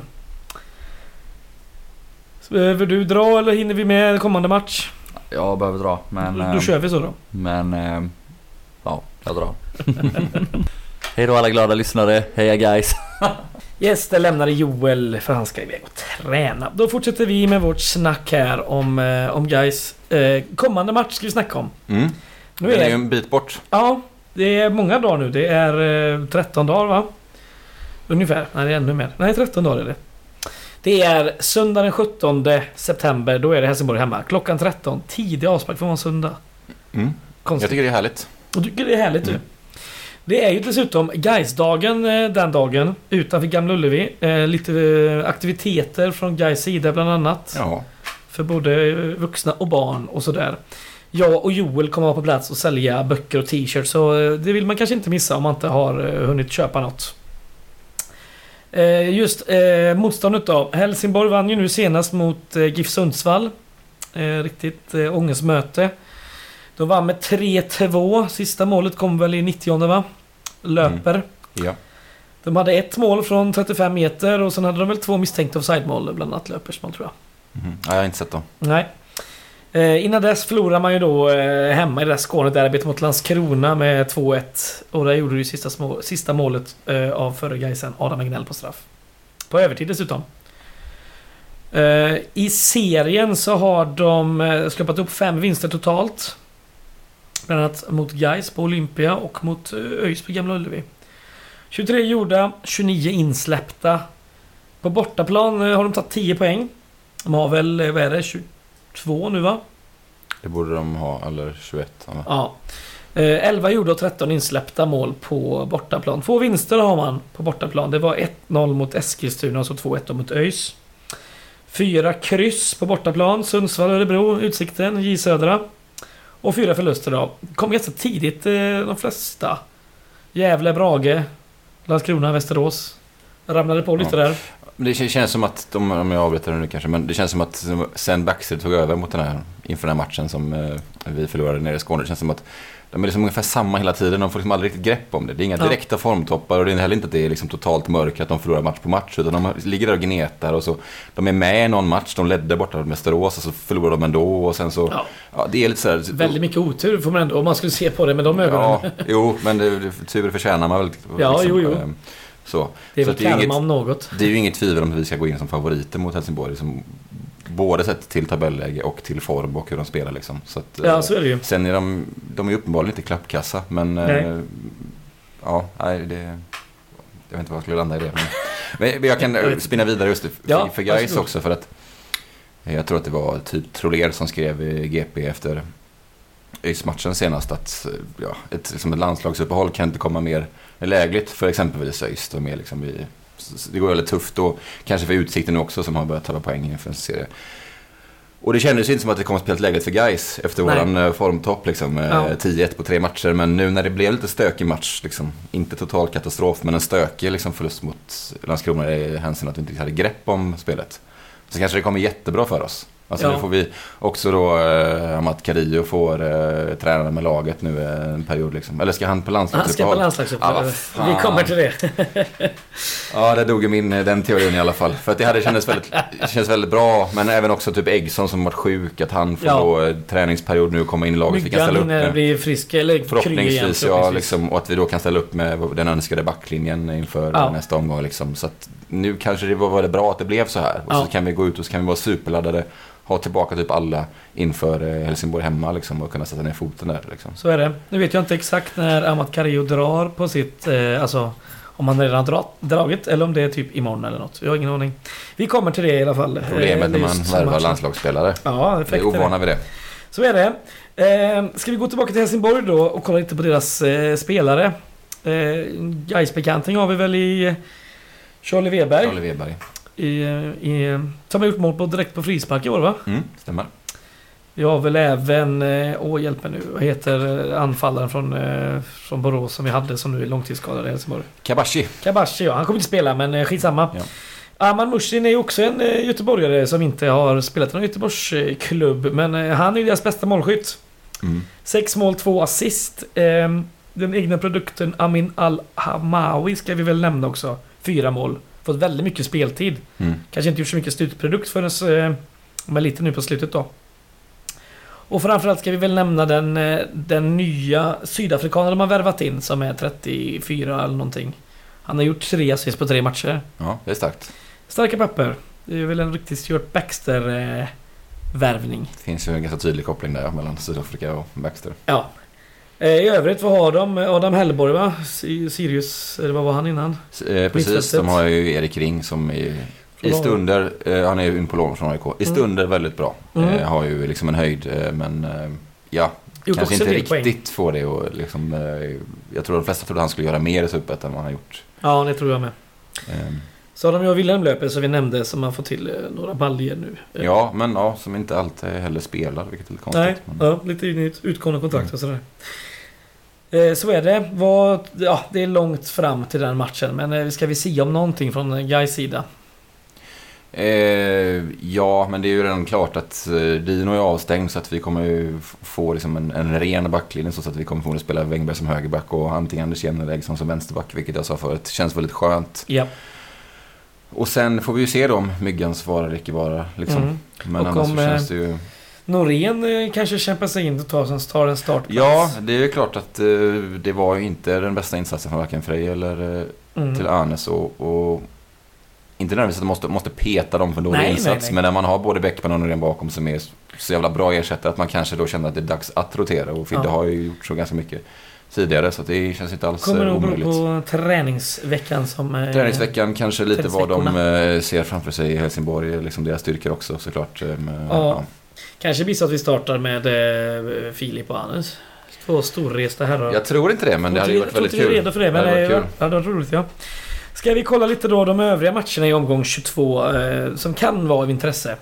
A: Behöver du dra eller hinner vi med kommande match?
C: Jag behöver dra, men...
A: Då kör vi så då.
C: Men, jag drar. Hej då alla glada lyssnare. Heja guys.
A: Yes, det lämnade Joel för han ska iväg och träna. Då fortsätter vi med vårt snack här om guys. Kommande match ska vi snacka om.
B: Nu är det ju en bit bort.
A: Ja, det är många dagar nu. Det är 13 dagar va? Ungefär. Nej, det är ännu mer. Nej, 13 dagar är det. Det är söndag den 17 september. Då är det Helsingborg hemma. Klockan 13. Tidig avspark för en söndag.
B: Jag tycker det är härligt.
A: Och tycker det är härligt du. Det är ju dessutom Gais-dagen den dagen. Utanför Gamla Ullevi. Lite aktiviteter från Gais sida bland annat.
B: Ja.
A: för både vuxna och barn och sådär. Jag och Joel kommer vara på plats och sälja böcker och t-shirts, så det vill man kanske inte missa om man inte har hunnit köpa något. Just motståndet då. Helsingborg vann ju nu senast mot GIF Sundsvall. Riktigt ångestmöte. De vann med 3-2. Sista målet kom väl i 90:e va? Löper.
B: Ja.
A: De hade ett mål från 35 meter och sen hade de väl 2 misstänkta offside-mål, bland annat löpersmål tror jag.
B: Ja, jag har inte sett dem.
A: Nej. Innan dess förlorar man ju då hemma i det där Skåne-derbyt mot Landskrona med 2-1. Och där gjorde ju sista målet av förre Gaisen Adam Egnell på straff. På övertid dessutom. I serien så har de släppt upp 5 vinster totalt. Bland annat mot Gais på Olympia och mot ÖIS på Gamla Ullevi. 23 gjorda, 29 insläppta. På bortaplan har de tagit 10 poäng. De har väl, vad är det, 22 nu va?
B: Det borde de ha, eller 21. Eller?
A: Ja. 11 gjorda och 13 insläppta mål på bortaplan. 2 vinster har man på bortaplan. Det var 1-0 mot Eskilstuna och så 2-1 mot ÖIS. 4 kryss på bortaplan. Sundsvall, Örebro, Utsikten, J Södra. Och 4 förluster då. Kom ganska tidigt de flesta. Gävle, Brage, Landskrona, Västerås. Ramlade på lite där.
B: Det känns som att, om jag avbryter nu kanske, men det känns som att sen Baxter tog över mot inför den här matchen som vi förlorade nere i Skåne, det känns som att de är liksom ungefär samma hela tiden. De får liksom aldrig riktigt grepp om det. Det är inga direkta formtoppar och det är heller inte att det är liksom totalt mörkt att de förlorar match på match, utan de ligger där och gnetar och så. De är med i någon match, de ledde borta med Västerås och så förlorar de ändå och sen så... Ja, det är lite så här,
A: väldigt mycket otur får man ändå, om man skulle se på det med de ögonen.
B: Ja, jo, men tur förtjänar man väl.
A: Ja,
B: liksom,
A: jo.
B: Så.
A: Det är väl karma om något.
B: Det är ju inget tvivel om att vi ska gå in som favoriter mot Helsingborg, som både sett till tabelläge och till form och hur de spelar liksom. Så att,
A: ja, så är det ju.
B: Sen är de är uppenbarligen inte klappkassa, men ja, nej, det, jag vet inte vad jag skulle landa i det. Men jag kan spinna vidare just för Gais också, för att jag tror att det var typ Troller som skrev i GP efter ÖIS-matchen senast att ett landslagsuppehåll kan inte komma mer lägligt för exempelvis ÖIS. De är liksom det går väldigt tufft och kanske för Utsikten också som har börjat tappa poäng inför en serie. Och det kändes inte som att det kom spelat läget för Gais efter våran formtopp liksom, 10-1 på 3 matcher, men nu när det blev lite stökig match liksom, inte total katastrof men en stökig liksom, förlust mot Landskrona i hänsyn att vi inte hade grepp om spelet, så kanske det kommer jättebra för oss. Alltså nu får vi också då Amat Carillo får träna med laget nu en period liksom. Eller ska han på landslagsuppehåll?
A: Han ska på landslagsuppehåll. Vi kommer till det.
B: Ja, det dog ju den teorin i alla fall. För att det kändes väldigt bra. Men även också typ Eggson som varit sjuk, att han får då träningsperiod nu och komma in i laget.
A: Myggan, vi kan ställa upp med. Blir frisk eller
B: förhoppningsvis, liksom, och att vi då kan ställa upp med den önskade backlinjen inför nästa omgång liksom. Så att nu kanske det var väldigt bra att det blev så här. Och så kan vi gå ut och så kan vi vara superladdade, ha tillbaka typ alla inför Helsingborg hemma liksom, och kunna sätta ner foten där liksom.
A: Så är det. Nu vet jag inte exakt när Amat Carillo drar på sitt alltså om han redan dragit eller om det är typ imorgon eller något. Jag har ingen aning. Vi kommer till det i alla fall.
B: Problemet när man värvar landslagsspelare.
A: Ja,
B: det är ovana vid det.
A: Så är det. Ska vi gå tillbaka till Helsingborg då och kolla lite på deras spelare. Gais-bekanting har vi väl i Charlie Weber. Som har gjort mål direkt på frispark i år, va?
B: Stämmer. Vi
A: har väl även hjälp mig nu. Vad heter anfallaren från Borås som vi hade som nu är långtidsskadad i Helsingborg?
B: Kabashi,
A: ja. Han kommer inte spela, men skitsamma. Ja. Arman Mushin är ju också en göteborgare som inte har spelat i någon Göteborgsklubb, men han är deras bästa målskytt. 6 mål, 2 assist. Den egna produkten Amin Al-Hamawi ska vi väl nämna också. 4 mål. Fått väldigt mycket speltid. Kanske inte gjort så mycket slutprodukt förrän men lite nu på slutet då. Och framförallt ska vi väl nämna den nya sydafrikanen de har värvat in som är 34 eller någonting. Han har gjort 3 assist på 3 matcher.
B: Ja, det är starkt.
A: Starka papper. Det är väl en riktig Stuart Baxter-värvning.
B: Det finns ju en ganska tydlig koppling där mellan Sydafrika och Baxter.
A: Ja. I övrigt, vad har de? Adam Hellborg, va? Sirius, eller vad var han innan?
B: Precis, de har ju Erik Ring som är i stunder, han är ju på lån från AIK. I stunder väldigt bra. Har ju liksom en höjd, men kanske inte riktigt får det. Och liksom, jag tror de flesta trodde han skulle göra mer i Superettan än vad han har gjort.
A: Ja, det tror jag med. Så har de ju Wilhelm Löper som vi nämnde, som har fått till några baljer nu.
B: Ja, men som inte alltid heller spelar, vilket är lite konstigt.
A: Nej,
B: men...
A: lite utgående kontrakt och sådär. Så är det. Det är långt fram till den matchen, men ska vi se om någonting från Gais sida?
B: Ja, men det är ju redan klart att Dino är avstängd, så att vi kommer ju få liksom en ren backlinje, så att vi kommer få spela Wängberg som högerback och antingen Anders Jennelägg som vänsterback, vilket jag sa förut. Känns väldigt skönt.
A: Ja.
B: Och sen får vi ju se då om Myggans vara eller icke vara liksom. Men annars så känns det ju...
A: Norén kanske kämpar sig in och tar en startplats.
B: Ja, det är ju klart att det var ju inte den bästa insatsen från varken Frej eller till Arnes, och inte nödvändigtvis att måste peta dem för dålig insats. Nej. Men när man har både Bäckman och Norén bakom som är så jävla bra ersättare, att man kanske då känner att det är dags att rotera. Och Fidde har ju gjort så ganska mycket tidigare, så att det känns inte alls omöjligt.
A: Kommer nog på träningsveckan som...
B: Träningsveckan kanske lite vad de ser framför sig i Helsingborg, liksom deras styrkor också såklart.
A: Kanske blir så att vi startar med Filip och Anders. 2 storresta herrar.
B: Jag tror inte det, men det hade varit väldigt kul.
A: Jag tror inte vi är redo för det, men det var roligt, ja. Ska vi kolla lite då de övriga matcherna i omgång 22 som kan vara av intresse.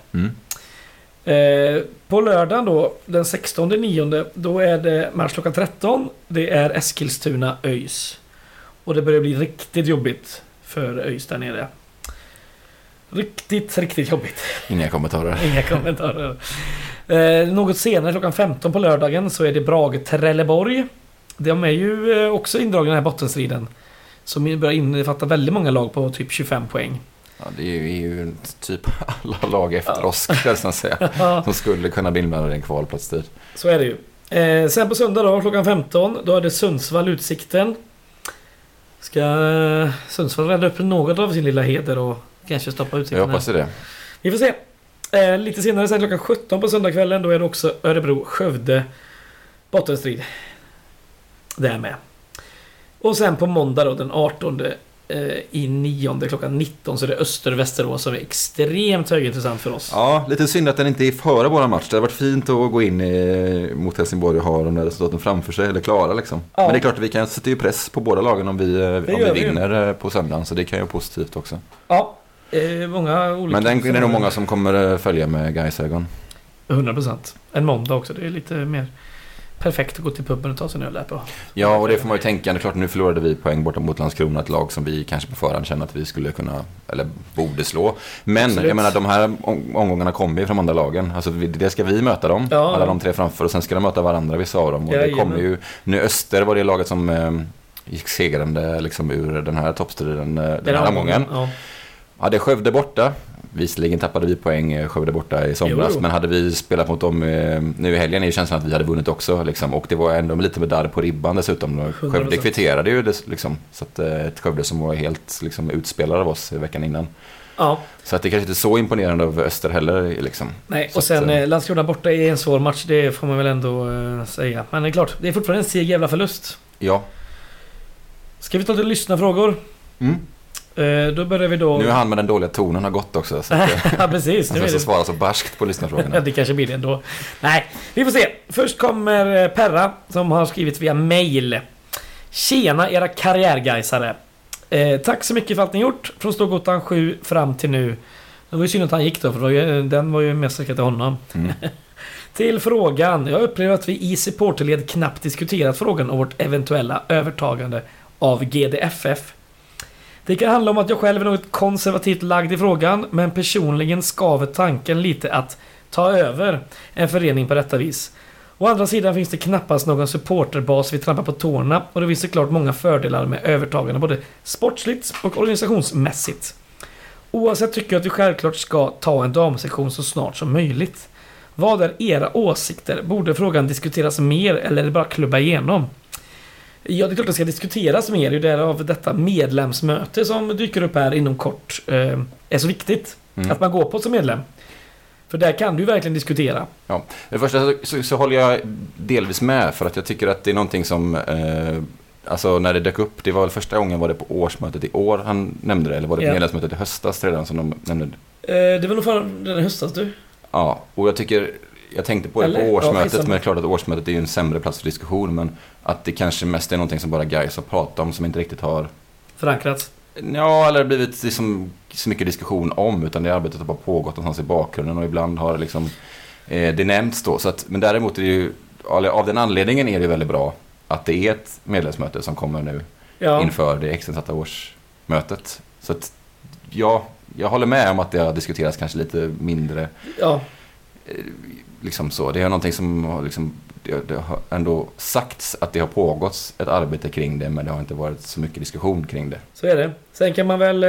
A: På lördagen då, den 16/9, då är det match klockan 13. Det är Eskilstuna ÖIS. Och det börjar bli riktigt jobbigt för ÖIS där nere. Riktigt jobbigt.
B: Inga kommentarer.
A: Något senare klockan 15 på lördagen så är det Brage Trelleborg. De är ju också indragna i den här bottenstriden, som börjar innefatta väldigt många lag på typ 25 poäng.
B: Ja, det är ju typ alla lag efter oss, kan jag säga, som skulle kunna bli med en kvalplatstid.
A: Så är det ju. Sen på söndag då, klockan 15, då är det Sundsvall Utsikten. Ska Sundsvall rädda upp något av sin lilla heder och kanske stoppa Utsikten?
B: Jag hoppas det.
A: Vi får se. Lite senare, sen klockan 17 på söndagskvällen, då är det också Örebro-Skövde bottenstrid. Det är med. Och sen på måndag då, den 18/9 klockan 19, så är det Öster-Västerås som är extremt högintressant för oss.
B: Ja, lite synd att den inte är före våra match. Det hade varit fint att gå in mot Helsingborg och ha de där resultaten framför sig, eller klara liksom. Ja. Men det är klart att vi kan sätta ju press på båda lagen om vi vinner på söndagen, så det kan ju vara positivt också.
A: Ja, många olika.
B: Men det är nog många som kommer följa med Gais-ögon.
A: 100%. En måndag också, det är lite mer perfekt att gå till puben och ta sig en öl på.
B: Ja, och det får man ju tänka. Det är klart, nu förlorade vi poäng borta mot Landskrona, ett lag som vi kanske på förhand känner att vi skulle kunna, eller borde slå. Men absolut. Jag menar, de här omgångarna kommer ju från andra lagen. Alltså det ska vi möta dem, alla de 3 framför, och sen ska de möta varandra, vissa av dem. Och det kommer ju, nu Öster var det laget som gick segrande liksom ur den här toppstriden den här omgången. Ja, det Skövde borta. Visserligen tappade vi poäng Skövde borta i somras, men hade vi spelat mot dem nu i helgen är ju känslan att vi hade vunnit också liksom. Och det var ändå lite med där på ribban dessutom. Skövde kvitterade ju det, liksom, så att ett Skövde som var helt liksom utspelare av oss veckan innan.
A: Ja.
B: Så att det kanske inte är så imponerande av Öster heller liksom.
A: Nej, och sen Landskrona borta är en svår match, det får man väl ändå säga. Men det är klart, det är fortfarande en seg jävla förlust.
B: Ja.
A: Ska vi ta till lyssnarfrågor? Då börjar vi då...
B: Nu är han med den dåliga tonen har gått också. Så
A: ja, precis.
B: Nu är det svara så barskt på lyssnarfrågorna.
A: Det kanske blir det ändå. Nej, vi får se. Först kommer Perra som har skrivit via mail. Tjena era karriärgeisare. Tack så mycket för allt ni gjort. Från Stågåtan 7 fram till nu. Det var ju synd att han gick då, för den var ju mest säkert till honom. Till frågan. Jag upplever att vi i supporterled knappt diskuterat frågan om vårt eventuella övertagande av GDFF. Det kan handla om att jag själv är något konservativt lagd i frågan, men personligen skaver tanken lite att ta över en förening på detta vis. Å andra sidan finns det knappast någon supporterbas vi trampar på tårna, och det finns såklart många fördelar med övertagande både sportsligt och organisationsmässigt. Oavsett tycker jag att vi självklart ska ta en damsektion så snart som möjligt. Vad är era åsikter? Borde frågan diskuteras mer eller är det bara klubba igenom? Ja, det är klart att det ska diskuteras mer. Det är därav detta medlemsmöte som dyker upp här inom kort är så viktigt. Att man går på som medlem. För där kan du verkligen diskutera. Ja,
B: det första så håller jag delvis med, för att jag tycker att det är någonting som alltså när det dök upp, det var väl första gången var det på årsmötet i år han nämnde det, eller var det på medlemsmötet i höstas redan som de nämnde det?
A: Det var nog för den höstas du.
B: Ja, och jag tänkte på det på årsmötet, men det är klart att årsmötet är ju en sämre plats för diskussion, men att det kanske mest är någonting som bara Gais har pratat om som inte riktigt har
A: förankrats.
B: Ja, eller det har blivit liksom så mycket diskussion om, utan det arbetet har bara pågått någonstans i bakgrunden och ibland har liksom, det nämnts då. Så att, men däremot är det ju, av den anledningen är det väldigt bra att det är ett medlemsmöte som kommer nu inför det extrainsatta årsmötet. Så att jag håller med om att det har diskuterats kanske lite mindre.
A: Ja.
B: Liksom så. Det är någonting som har liksom, det har ändå sagts att det har pågått ett arbete kring det, men det har inte varit så mycket diskussion kring det.
A: Så är det. Sen kan man väl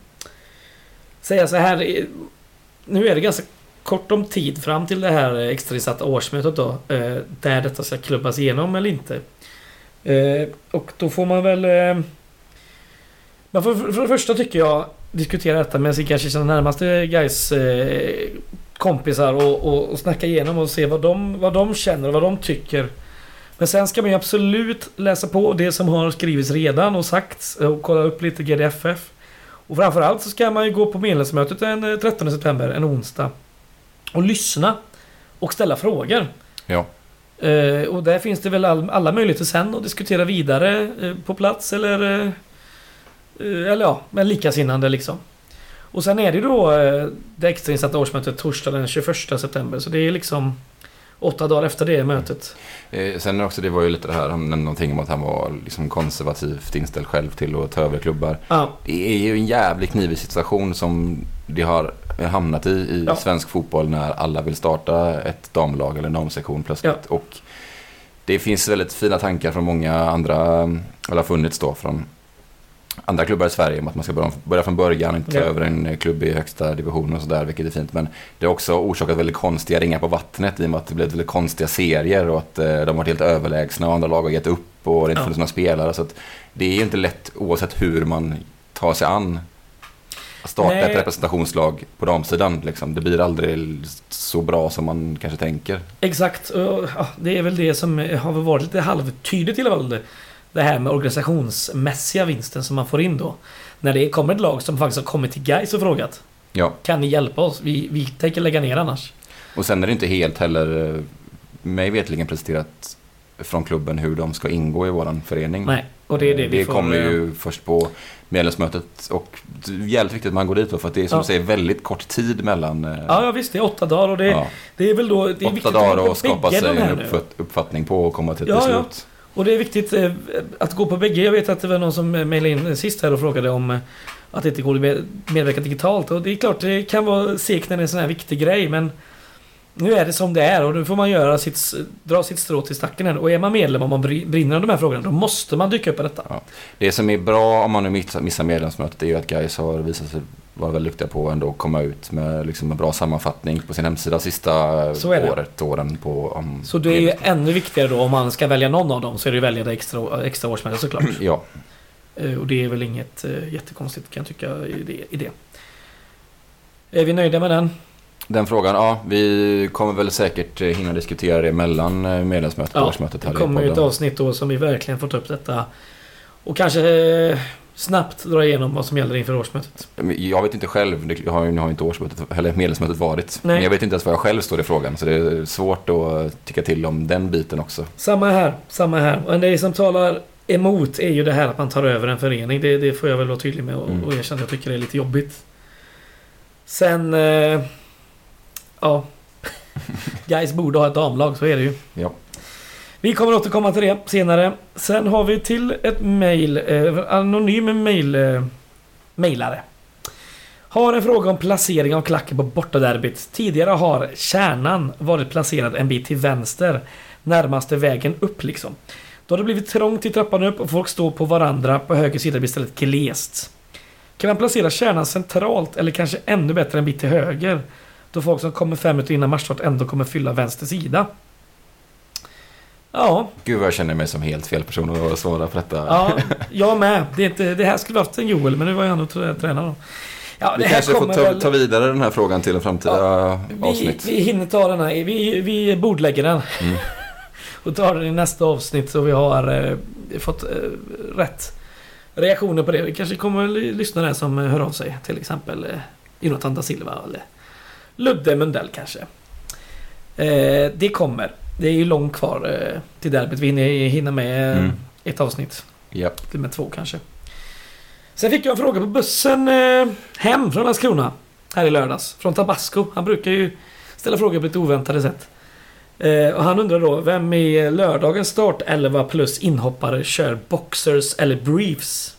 A: säga så här, nu är det ganska kort om tid fram till det här extrainsatta årsmötet då, där detta ska klubbas igenom eller inte. Och då får man väl men för det första tycker jag diskutera detta med sig kanske sina närmaste guys kompisar och snacka igenom och se vad de känner och vad de tycker. Men sen ska man ju absolut läsa på det som har skrivits redan och sagts och kolla upp lite GDFF. Och framförallt så ska man ju gå på medlemsmötet den 13 september, en onsdag, och lyssna och ställa frågor.
B: Ja.
A: Och där finns det väl alla möjligheter sen att diskutera vidare på plats eller ja, men likasinnande liksom. Och sen är det då det extrainsatta årsmötet torsdag den 21 september, så det är liksom 8 dagar efter det mötet.
B: Sen också, det var ju lite det här, någonting om att han var liksom konservativt inställd själv till att ta över klubbar. Ja. Det är ju en jävligt knivig situation som det har hamnat i svensk fotboll när alla vill starta ett damlag eller en damsektion plötsligt. Ja. Och det finns väldigt fina tankar från många andra, eller har funnits då från andra klubbar i Sverige om att man ska börja från början, inte ta över en klubb i högsta divisionen och sådär, vilket är fint. Men det har också orsakat väldigt konstiga ringar på vattnet i och med att det blev väldigt konstiga serier och att de har varit helt överlägsna och andra lag har gett upp och det inte funnits några spelare. Så att det är ju inte lätt oavsett hur man tar sig an att starta ett representationslag på damsidan. Liksom. Det blir aldrig så bra som man kanske tänker.
A: Exakt, det är väl det som har varit lite halvtydligt i alla fall. Det här med organisationsmässiga vinsten som man får in då. När det kommer ett lag som faktiskt har kommit till Gais och frågat. Ja. Kan ni hjälpa oss? Vi tänker lägga ner annars.
B: Och sen är det inte helt heller mig vetligen presenterat från klubben hur de ska ingå i våran förening.
A: Nej, och det är det vi får.
B: Kommer ju först på medlemsmötet och det är jävligt viktigt att man går dit då, för att det är som du säger väldigt kort tid mellan.
A: Ja, visst, det är 8 dagar och det är väl då det är
B: 8 dagar och skapa sig en uppfattning på och komma till ett beslut. Ja.
A: Och det är viktigt att gå på bägge. Jag vet att det var någon som mejlade in sist här och frågade om att det inte går att medverka digitalt. Och det är klart, det kan vara segt när det är en sån här viktig grej. Men nu är det som det är och nu får man dra sitt strå till stacken här. Och är man medlem och man brinner av de här frågorna, då måste man dyka upp på detta. Ja.
B: Det som är bra om man nu missar medlemsmötet är ju att Gais har visat sig vara väldigt duktiga på ändå att komma ut med liksom en bra sammanfattning på sin hemsida sista åren på.
A: Så det är ju ännu viktigare då, om man ska välja någon av dem, så är det ju välja det extra årsmötet såklart.
B: Ja.
A: Och det är väl inget jättekonstigt kan jag tycka i det. Är vi nöjda med den?
B: Den frågan, ja. Vi kommer väl säkert hinna diskutera det mellan medlemsmötet och årsmötet här.
A: Det kommer ju ett avsnitt då som vi verkligen får ta upp detta. Och kanske snabbt dra igenom vad som gäller inför årsmötet.
B: Jag vet inte själv, nu har inte årsmötet eller medlemsmötet varit. Nej. Men jag vet inte ens vad jag själv står i frågan, så det är svårt att tycka till om den biten också.
A: Samma här. Och det som talar emot är ju det här att man tar över en förening. Det får jag väl vara tydlig med och jag känner att jag tycker det är lite jobbigt. Sen Guys borde ha ett damlag, så är det ju.
B: Ja.
A: Vi kommer återkomma till det senare. Sen har vi till ett mejl, anonym mejlare. Har en fråga om placering av klacken på bortaderbyt. Tidigare har kärnan varit placerad en bit till vänster, närmaste vägen upp liksom. Då har det blivit trångt i trappan upp och folk står på varandra. På höger sida blir istället glest. Kan man placera kärnan centralt eller kanske ännu bättre en bit till höger, då folk som kommer 5 minuter innan matchstart ändå kommer fylla vänster sida? Ja.
B: Gud vad jag känner mig som helt fel person att svara på detta.
A: Ja, jag med. Det här skulle haft en Joel, men nu var jag ändå tränare. Ja,
B: vi kanske får ta vidare den här frågan till en framtida avsnitt.
A: Vi hinner ta den här. Vi bordlägger den. Och tar den i nästa avsnitt, så vi har fått rätt reaktioner på det. Vi kanske kommer lyssna där som hör av sig. Till exempel Jonathan da Silva eller Ludde Mundell kanske. Det kommer. Det är ju långt kvar till derbyt. Vi hinner med ett avsnitt.
B: Yep.
A: Till med 2 kanske. Sen fick jag en fråga på bussen hem från Landskrona här i lördags. Från Tabasco. Han brukar ju ställa frågor på lite oväntade sätt. Och han undrar då, vem i lördagens start 11 plus inhoppare kör boxers eller briefs?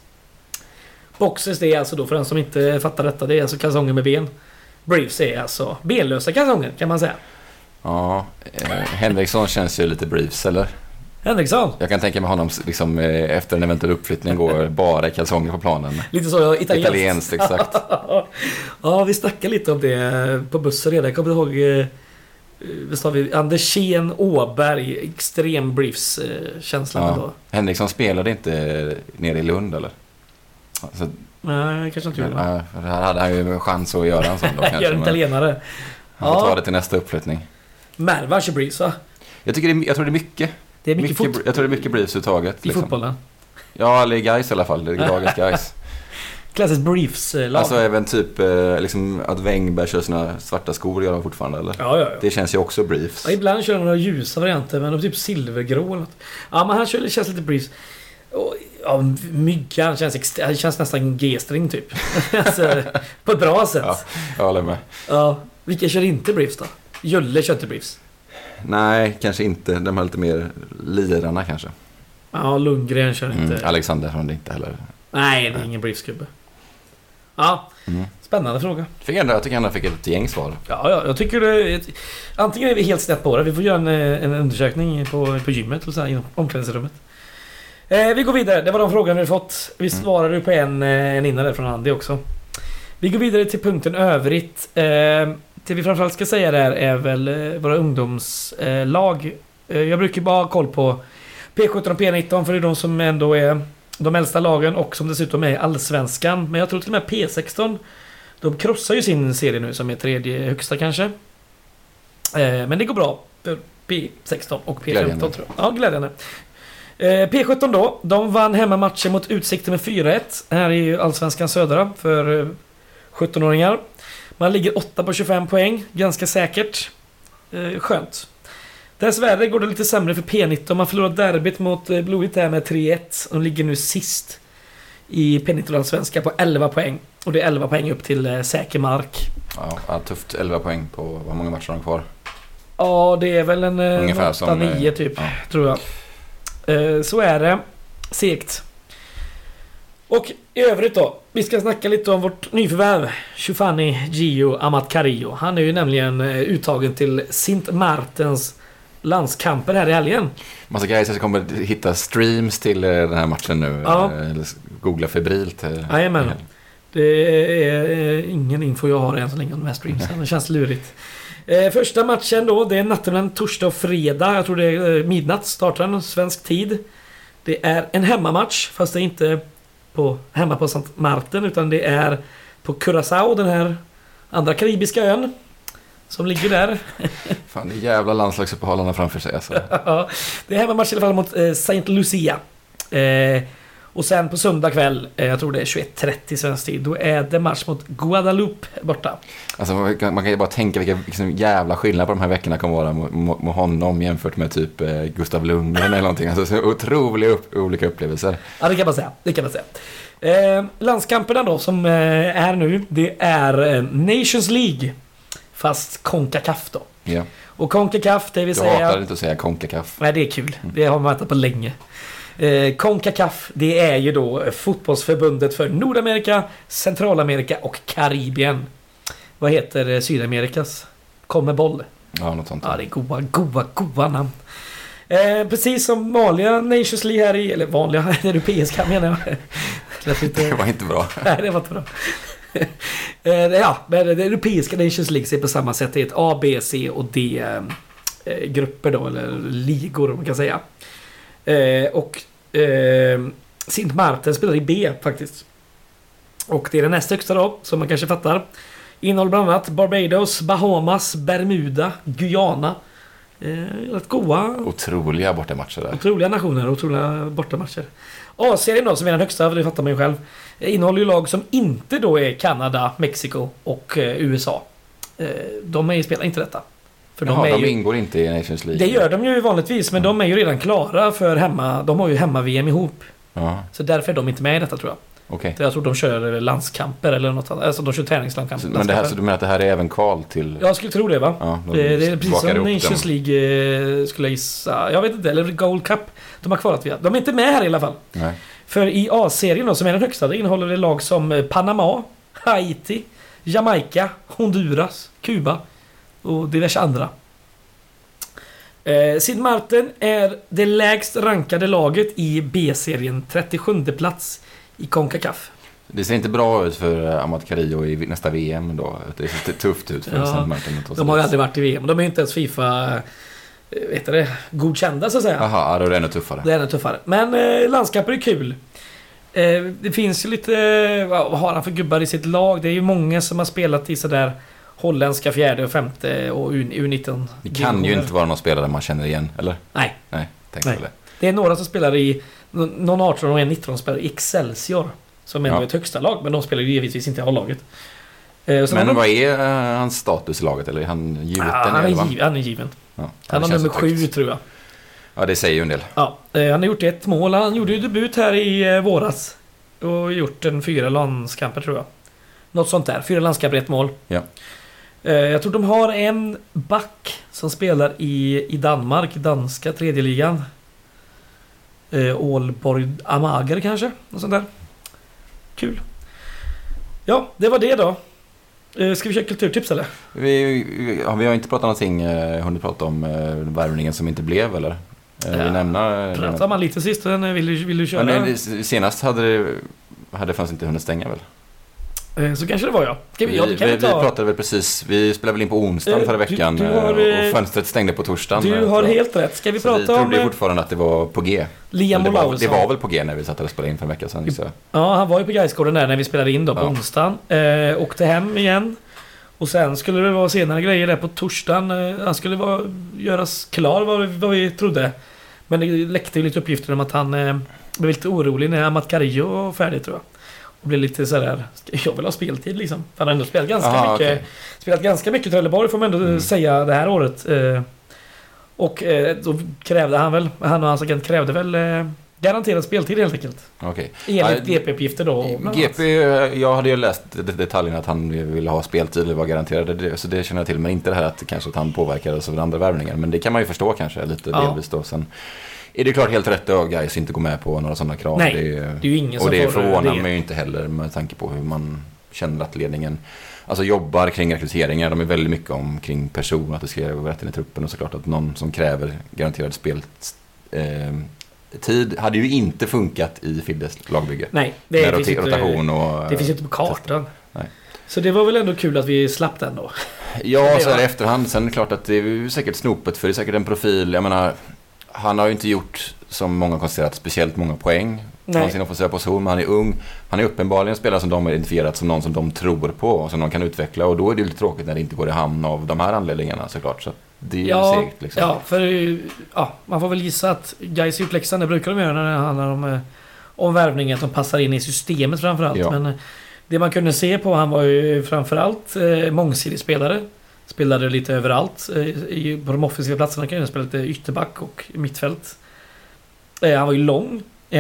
A: Boxers, det är alltså då, för den som inte fattar detta, det är alltså kalsonger med ben. Briefs är alltså benlösa kalsonger, kan man säga.
B: Ja, Henriksson känns ju lite briefs, eller?
A: Henriksson?
B: Jag kan tänka mig honom liksom, efter en eventuell uppflyttning går bara i kalsonger på planen.
A: Lite så
B: italienskt, exakt.
A: Ja, vi snackade lite om det på bussen redan. Jag kommer ihåg, visst har vi Andersén, Åberg, extrem briefs-känslan då.
B: Henriksson spelade inte nere i Lund, eller? Alltså,
A: nej, kanske inte gjorde det.
B: Här hade han ju en chans att göra en sån då, kanske.
A: Gör en italienare.
B: Han får ta det till nästa uppflyttning.
A: Merva kör briefs, va?
B: Jag tror det är mycket.
A: Det är mycket
B: jag tror det är mycket briefs uttaget.
A: I fotbollen?
B: Ja, eller i Gais i alla fall. Det är dagens Gais.
A: Klassiskt briefs-lag.
B: Alltså även typ liksom att Wängberg kör sina svarta skor, gör han fortfarande, eller?
A: Ja.
B: Det känns ju också briefs.
A: Ja, ibland kör han några ljusa varianter, men de typ silvergrå eller något. Ja, men han känns lite briefs. Och, ja, Myggan känns nästan G-string typ. Alltså, på ett bra sätt.
B: Ja, jag håller med.
A: Ja, vilka kör inte briefs då? Julle kör inte briefs.
B: Nej, kanske inte. De har lite mer lirarna kanske.
A: Ja, Lundgren kör inte.
B: Alexander har det inte heller.
A: Nej, det är ingen briefskubbe. Ja, spännande fråga.
B: Jag tycker ändå fick ett gäng svar.
A: Ja, jag tycker det. Antingen är vi helt snett på det. Vi får göra en undersökning på gymmet och så här, i omklädningsrummet. Vi går vidare. Det var de frågorna vi fått. Vi svarade på en innan där från Andy också. Vi går vidare till punkten övrigt. Det vi framförallt ska säga där är väl våra ungdomslag. Jag brukar bara ha koll på P17 och P19, för det är de som ändå är de äldsta lagen och som dessutom är allsvenskan. Men jag tror till och med P16, de krossar ju sin serie nu som är tredje högsta kanske. Men det går bra för P16 och P15
B: glädjande.
A: tror jag. Ja, glädjande. P17 då, de vann hemmamatchen mot Utsikten med 4-1. Här är ju allsvenskan södra för 17-åringar. Man ligger 8 på 25 poäng, ganska säkert. Skönt. Dessvärre går det lite sämre för P19. Man förlorar derbyt mot Blåvitt här med 3-1. De ligger nu sist i P19-allsvenska på 11 poäng. Och det är 11 poäng upp till säker mark.
B: Ja, tufft. 11 poäng på vad många matcher har de kvar?
A: Ja, det är väl en 8-9 typ,
B: ja.
A: tror jag. Så är det. Segt. Och i övrigt då, vi ska snacka lite om vårt nyförvärv, Shufani Gio Amat Carillo. Han är ju nämligen uttagen till Sint Martens landskamper här i helgen.
B: Massa guys som kommer hitta streams till den här matchen nu.
A: Ja.
B: Eller googla febrilt.
A: Jajamän. Det är ingen info jag har än så länge om de här streamsen. Det känns lurigt. Första matchen då, det är natten mellan torsdag och fredag. Jag tror det är midnatt startar den, svensk tid. Det är en hemmamatch, fast det är inte hemma på St. Martin, utan det är på Curaçao, den här andra karibiska ön som ligger där.
B: Fan, det är jävla landslagsuppehållarna framför sig alltså.
A: Ja, det är hemmamatch i alla fall mot Saint Lucia. Och sen på söndag kväll, jag tror det är 21:30 svensk tid, då är det match mot Guadeloupe borta.
B: Alltså man kan ju bara tänka vilka liksom jävla skillnad på de här veckorna kommer vara med honom jämfört med typ Gustav Lundgren eller någonting. Alltså så otroliga olika upplevelser.
A: Ja, det kan man säga. Landskamperna då som är nu, det är Nations League, fast CONCACAF då.
B: Ja.
A: Och CONCACAF, det vill säga...
B: Jag hatar inte att säga CONCACAF.
A: Nej, det är kul. Det har man väntat på länge. CONCACAF, det är ju då fotbollsförbundet för Nordamerika, Centralamerika och Karibien. Vad heter Sydamerikas? CONMEBOL.
B: Ja, något sånt.
A: Ja, det är goa namn. Precis som vanliga Nations League här i, eller vanliga europeiska menar jag.
B: Det var inte bra.
A: Nej, det var inte bra. Ja, men det europeiska Nations League ser på samma sätt. Det är ett A, B, C och D grupper då, eller ligor man kan säga. Och Sint Maarten spelar i B faktiskt. Och det är den näst högsta då, som man kanske fattar. Innehåller bland annat Barbados, Bahamas, Bermuda, Guyana. Rätt goa.
B: Otroliga bortamatcher där.
A: Otroliga nationer, otroliga bortamatcher. A-serien då, som är den högsta, det fattar man ju själv, innehåller ju lag som inte då är Kanada, Mexiko och USA. De spelar inte detta. För
B: de ingår inte i Nations League.
A: Det gör de ju vanligtvis, men de är ju redan klara för de har ju hemma-VM ihop.
B: Ja.
A: Så därför är de inte med i detta, tror jag.
B: Okej.
A: Jag tror de kör landskamper eller något annat. Alltså de kör träningslandskamper.
B: Men det här, så du menar att det här är även kval till...
A: Jag skulle tro det, va?
B: Ja,
A: det är precis som Nations League skulle jag gissa. Jag vet inte, eller Gold Cup. De har kvalat via. De är inte med här i alla fall.
B: Nej.
A: För i A-serien då, som är den högsta, det innehåller det lag som Panama, Haiti, Jamaica, Honduras, Kuba och diverse andra. Sint Maarten är det lägst rankade laget i B-serien, 37:e plats i CONCACAF.
B: Det ser inte bra ut för Amat Carillo i nästa VM då. Det ser tufft ut för Sint Maarten.
A: De har ju aldrig varit i VM. De är inte ens FIFA godkända, så att säga.
B: Jaha, då är det ännu tuffare.
A: Det är ännu tuffare. Men landskaper är kul. Det finns ju lite... Vad har han för gubbar i sitt lag? Det är ju många som har spelat i sådär holländska 4:e och 5:e och U19.
B: Det kan ju inte vara någon spelare man känner igen, eller?
A: Nej.
B: Tänkte det.
A: Det är några som spelar i... Någon 18 och en 19 spelar i Excelsior. Som är ett högsta lag, men de spelar ju givetvis inte i A-laget.
B: Men vad är hans status i laget? Eller är han given?
A: Han är given.
B: Ja,
A: han har nummer 7, tror jag.
B: Ja, det säger ju en del.
A: Ja, han har gjort ett mål. Han gjorde ju debut här i våras. Och gjort 4 landskamper, tror jag. Något sånt där. 4 landskamper, 1 mål.
B: Ja.
A: Jag tror de har en back som spelar i Danmark, danska 3:e ligan. Aalborg Amager kanske. Något sånt där. Kul. Ja, det var det då. Ska vi köra kulturtips eller?
B: Vi har inte pratat någonting, hunnit prata om värvningen som inte blev, eller?
A: Pratar man lite sist, vill du köra?
B: Men senast hade fanns inte hunnit stänga väl?
A: Så kanske det var jag.
B: Vi pratade väl precis. Vi spelade väl in på onsdagen förra veckan och fönstret stängde på torsdagen.
A: Du har helt rätt. Ska vi prata om...
B: Vi trodde fortfarande att det var på G.
A: Liam
B: det var väl på G när vi satt och spelade in för en vecka sedan. Så.
A: Ja, han var ju på Gaisgården där när vi spelade in då på onsdagen. Åkte hem igen. Och sen skulle det vara senare grejer där på torsdagen. Han skulle göras klar vad vi trodde. Men det läckte ju lite uppgifter om att han blev lite orolig när Amat Carillo var färdig, tror jag. Och blev lite sådär, jag vill ha speltid liksom. För han har ändå spelat ganska mycket. Spelat ganska mycket Trelleborg, får man ändå säga, det här året. Och då krävde han och hans agent krävde väl garanterad speltid helt enkelt.
B: Okej.
A: Enligt GP-uppgifter då.
B: GP, jag hade ju läst detaljerna att han ville ha speltid eller var garanterad. Så det känner jag till. Men inte det här att han påverkades av andra värvningar. Men det kan man ju förstå kanske lite delvis då. Sen är det klart helt rätt att guys inte går med på några sådana krav.
A: Nej, det är ju ingen som
B: får det. Och det förvånar mig ju inte heller med tanke på hur man känner att ledningen jobbar kring rekryteringar. De är väldigt mycket kring person, att det ska vara rätt in i truppen. Och såklart att någon som kräver garanterad speltid hade ju inte funkat i Fiddes lagbygge.
A: Nej,
B: det finns rotation
A: det finns inte på kartan. Nej. Så det var väl ändå kul att vi slapp den då.
B: Ja, så här i efterhand. Sen är det klart att det är säkert snopet, för det är säkert en profil. Jag menar, han har ju inte gjort, som många konstaterat, speciellt många poäng på sin offensiva position, men han är ung. Han är uppenbarligen en spelare som de har identifierat som någon som de tror på och som de kan utveckla, och då är det lite tråkigt när det inte går i hamn av de här anledningarna, såklart. Så det är ju segt liksom.
A: Ja, för man får väl gissa att guys utläxan, det brukar de göra när det handlar om värvningen, att de passar in i systemet framförallt. Ja. Men det man kunde se på, han var ju framförallt mångsidig spelare. Spelade lite överallt. På de offensiva platserna kan jag spela lite ytterback och mittfält. Han var ju lång.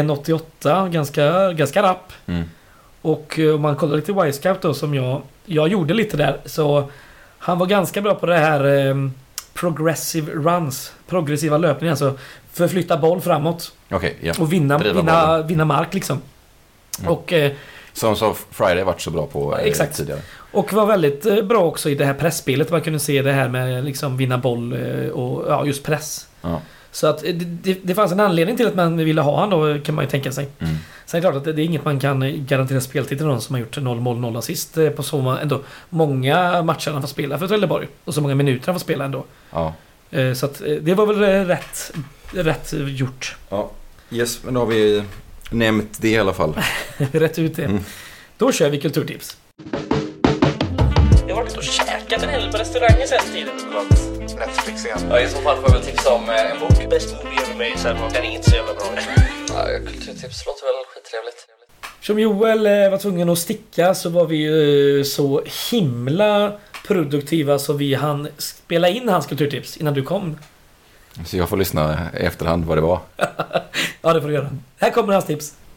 A: 1,88. Ganska rapp. Och om man kollar lite Y-Scout då, som jag gjorde lite där. Så han var ganska bra på det här progressive runs. Progressiva löpningar. Alltså förflytta boll framåt. Och vinna mark liksom. Och...
B: som Friday varit så bra på tidigare.
A: Och var väldigt bra också i det här pressspelet. Man kunde se det här med liksom vinna boll och just press. Ja. Så att det fanns en anledning till att man ville ha han då, kan man ju tänka sig. Sen är det klart att det är inget man kan garantera speltid till någon som har gjort 0 mål, 0 assist på så ändå många matcher han får spela för Trelleborg. Och så många minuter han får spela ändå. Ja. Så att det var väl rätt gjort.
B: Ja. Yes, men då har vi nämnt det i alla fall.
A: Rätt ut det. Då kör vi kulturtips. Jag har varit och käkat en hel på restaurangen sen tiden.
D: Netflix igen.
C: Ja, i så fall får jag väl tipsa om en bok.
D: Best movie ever made, så den är inte så jävla bra.
C: Ja, kulturtips låter väl skittrevligt.
A: Som Joel var tvungen att sticka, så var vi så himla produktiva så vi hann spela in hans kulturtips innan du kom.
B: Så jag får lyssna i efterhand vad det var.
A: Ja, det får du göra. Här kommer hans tips.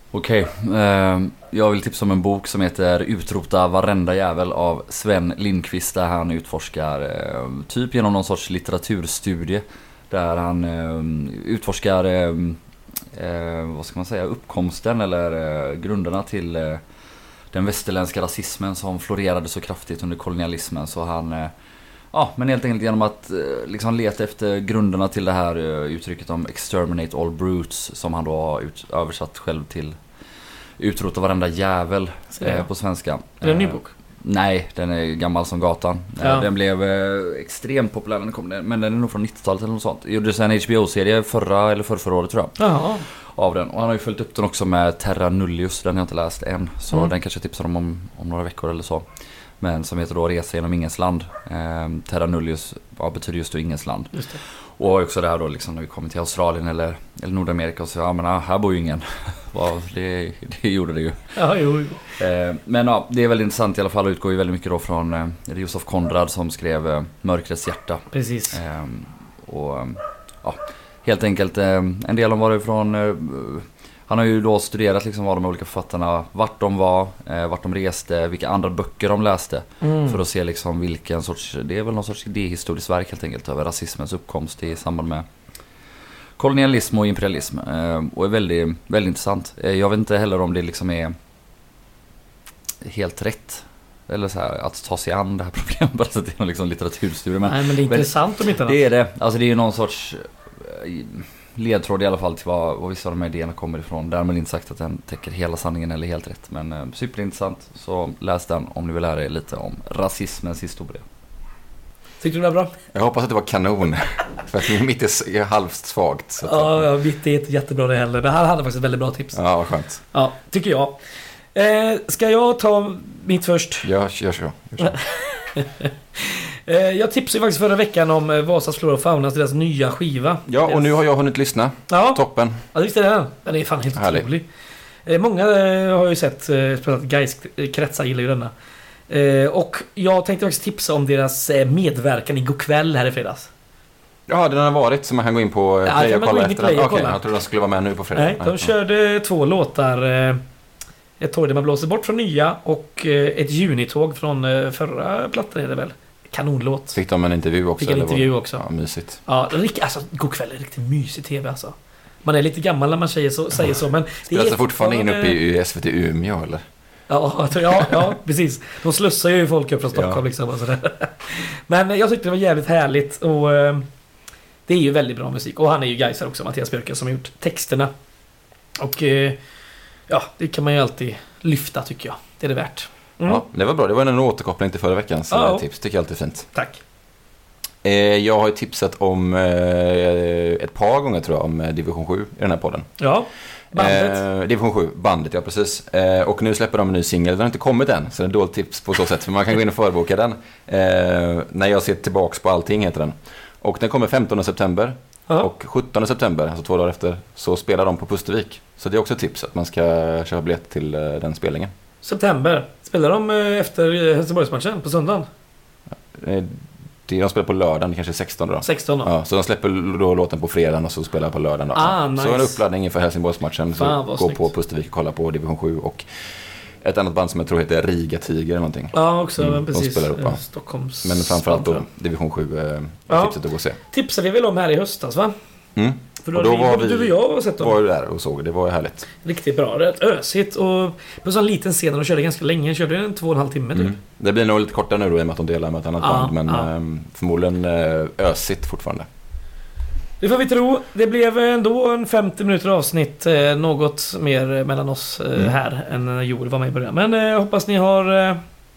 C: Okej, jag vill tipsa om en bok som heter Utrota varenda jävel av Sven Lindqvist, där han utforskar typ genom någon sorts litteraturstudie där han utforskar vad ska man säga, uppkomsten eller grunderna till den västerländska rasismen som florerade så kraftigt under kolonialismen. Så han men helt enkelt genom att liksom leta efter grunderna till det här uttrycket om exterminate all brutes, som han då har översatt själv till utrota varenda jävel på svenska.
A: Är det en ny bok?
C: Nej, den är gammal som gatan. Den blev extremt populär när den kom, men den är nog från 90-talet eller något sånt. Det gjordes en HBO-serie förra eller förra året tror jag.
A: Jaha.
C: Av den. Och han har ju följt upp den också med Terra Nullius, den har jag inte läst än. Så den kanske jag tipsar om några veckor eller så. Men som heter då Resa genom ingens land. Terra Nullius betyder just då ingens land. Just det. Och också det här då liksom när vi kommer till Australien eller Nordamerika och så här bor ju ingen. det gjorde det ju.
A: Ja, jo.
C: Men det är väldigt intressant i alla fall, och utgår ju väldigt mycket då från Josef Konrad som skrev Mörkrets hjärta.
A: Precis.
C: Helt enkelt en del om varifrån han har ju då studerat liksom vad de olika författarna, vart de var, vart de reste, vilka andra böcker de läste, för att se liksom vilken sorts, det är väl någon sorts idéhistoriskt verk helt enkelt över rasismens uppkomst i samband med kolonialism och imperialism, och är väldigt, väldigt intressant. Jag vet inte heller om det liksom är helt rätt eller så här, att ta sig an det här problemet bara så att det är någon liksom litteraturstudie.
A: Nej, men det är intressant om inte annat.
C: Det är det. Alltså det är ju någon sorts ledtråd i alla fall till vad vissa av de här idéerna kommer ifrån. Därmed inte sagt att den täcker hela sanningen eller helt rätt. Men superintressant. Så läs den om ni vill lära er lite om rasismens historia.
A: Tyckte du det var bra?
B: Jag hoppas att det var kanon. För att mitt är halvt svagt. Så
A: mitt är inte jättebra det heller. Det här hade faktiskt ett väldigt bra tips.
B: Ja, vad skönt.
A: Ja, tycker jag. Ska jag ta mitt först?
B: Ja, gör så.
A: Jag tipsade faktiskt förra veckan om Vasas Flora och Faunas, deras nya skiva.
B: Ja, och nu har jag hunnit lyssna.
A: Ja.
B: Toppen.
A: Ja, visst är det den. Den är fan helt otrolig. Många har ju sett, spelat Gais-kretsar gillar ju denna. Och jag tänkte faktiskt tipsa om deras medverkan i God kväll här i fredags.
B: Ja, den har varit, så man kan gå in på Play och kolla efter den. Okej, jag tror de skulle vara med nu på fredag.
A: Nej, de körde 2 låtar. Ett tåg där man blåser bort från nya och ett junitåg från förra plattan är det väl. Kanonlåt.
B: Fick de en intervju också?
A: Fick en intervju också.
B: Ja, mysigt.
A: Ja, alltså God kväll är riktigt mysig tv alltså. Man är lite gammal när man säger så, men det är
B: fortfarande in uppe i SVT Umeå eller?
A: Ja, precis. De slussar ju folk upp från Stockholm liksom och sådär. Men jag tyckte det var jävligt härligt och det är ju väldigt bra musik. Och han är ju Gaiser också, Mattias Björken, som har gjort texterna. Och det kan man ju alltid lyfta tycker jag. Det är det värt.
B: Ja, det var bra. Det var en återkoppling till förra veckans tips. Tycker jag alltid är fint.
A: Tack.
B: Jag har ju tipsat om ett par gånger tror jag om Division 7 i den här podden. Ja, bandet. Division 7, bandet, ja precis. Och nu släpper de en ny singel. Den har inte kommit än, så det är ett dåligt tips på så sätt. För man kan gå in och förboka den. När jag ser tillbaks på allting heter den. Och den kommer 15 september. Och 17 september, alltså 2 dagar efter, så spelar de på Pustervik. Så det är också ett tips att man ska köpa biljett till den spelningen.
A: September. Spelar de efter Helsingborgsmatchen på söndagen?
B: De spelar på lördagen, kanske 16 då.
A: 16 då.
B: Ja, så de släpper då låten på fredagen och så spelar på lördagen då.
A: Nice.
B: Så en uppladdning inför Helsingborgsmatchen. Så gå
A: snyggt.
B: på Pustervik och kolla på Division 7 och ett annat band som jag tror heter Riga Tiger eller någonting.
A: Ja, också precis.
B: De spelar upp,
A: Stockholms.
B: Men framförallt då Division 7 tipset att gå och se.
A: Tipsade vi väl om här i höstas, va? För
B: och då var
A: du och jag har sett dem.
B: Var ju där och såg det. var ju härligt.
A: Riktigt bra, rätt ösigt. Och på en sån liten scen, de körde ganska länge. Körde en 2,5 timme typ.
B: Det blir nog lite kortare nu då i och med att de delar med ett annat band. Men förmodligen ösigt fortfarande.
A: Det får vi tro. Det blev ändå en 50 minuter avsnitt. Något mer mellan oss här än när Joel var med i början. Men jag hoppas ni har...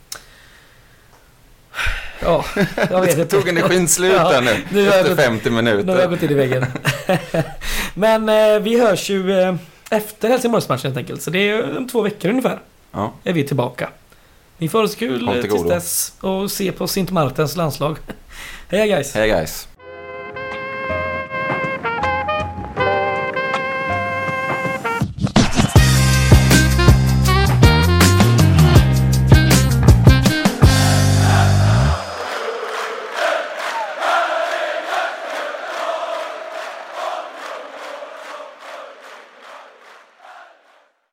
A: Ja, jag vet inte.
B: Tog energin slut där nu efter 50 minuter.
A: Nu har jag gått in i väggen. Men vi hörs ju efter Helsingborgsmatchen helt enkelt. Så det är om 2 veckor ungefär. Ja. Är vi tillbaka. Ni får ha så kul tills dess och se på Sint Martens landslag. Hej guys.
B: Hej guys.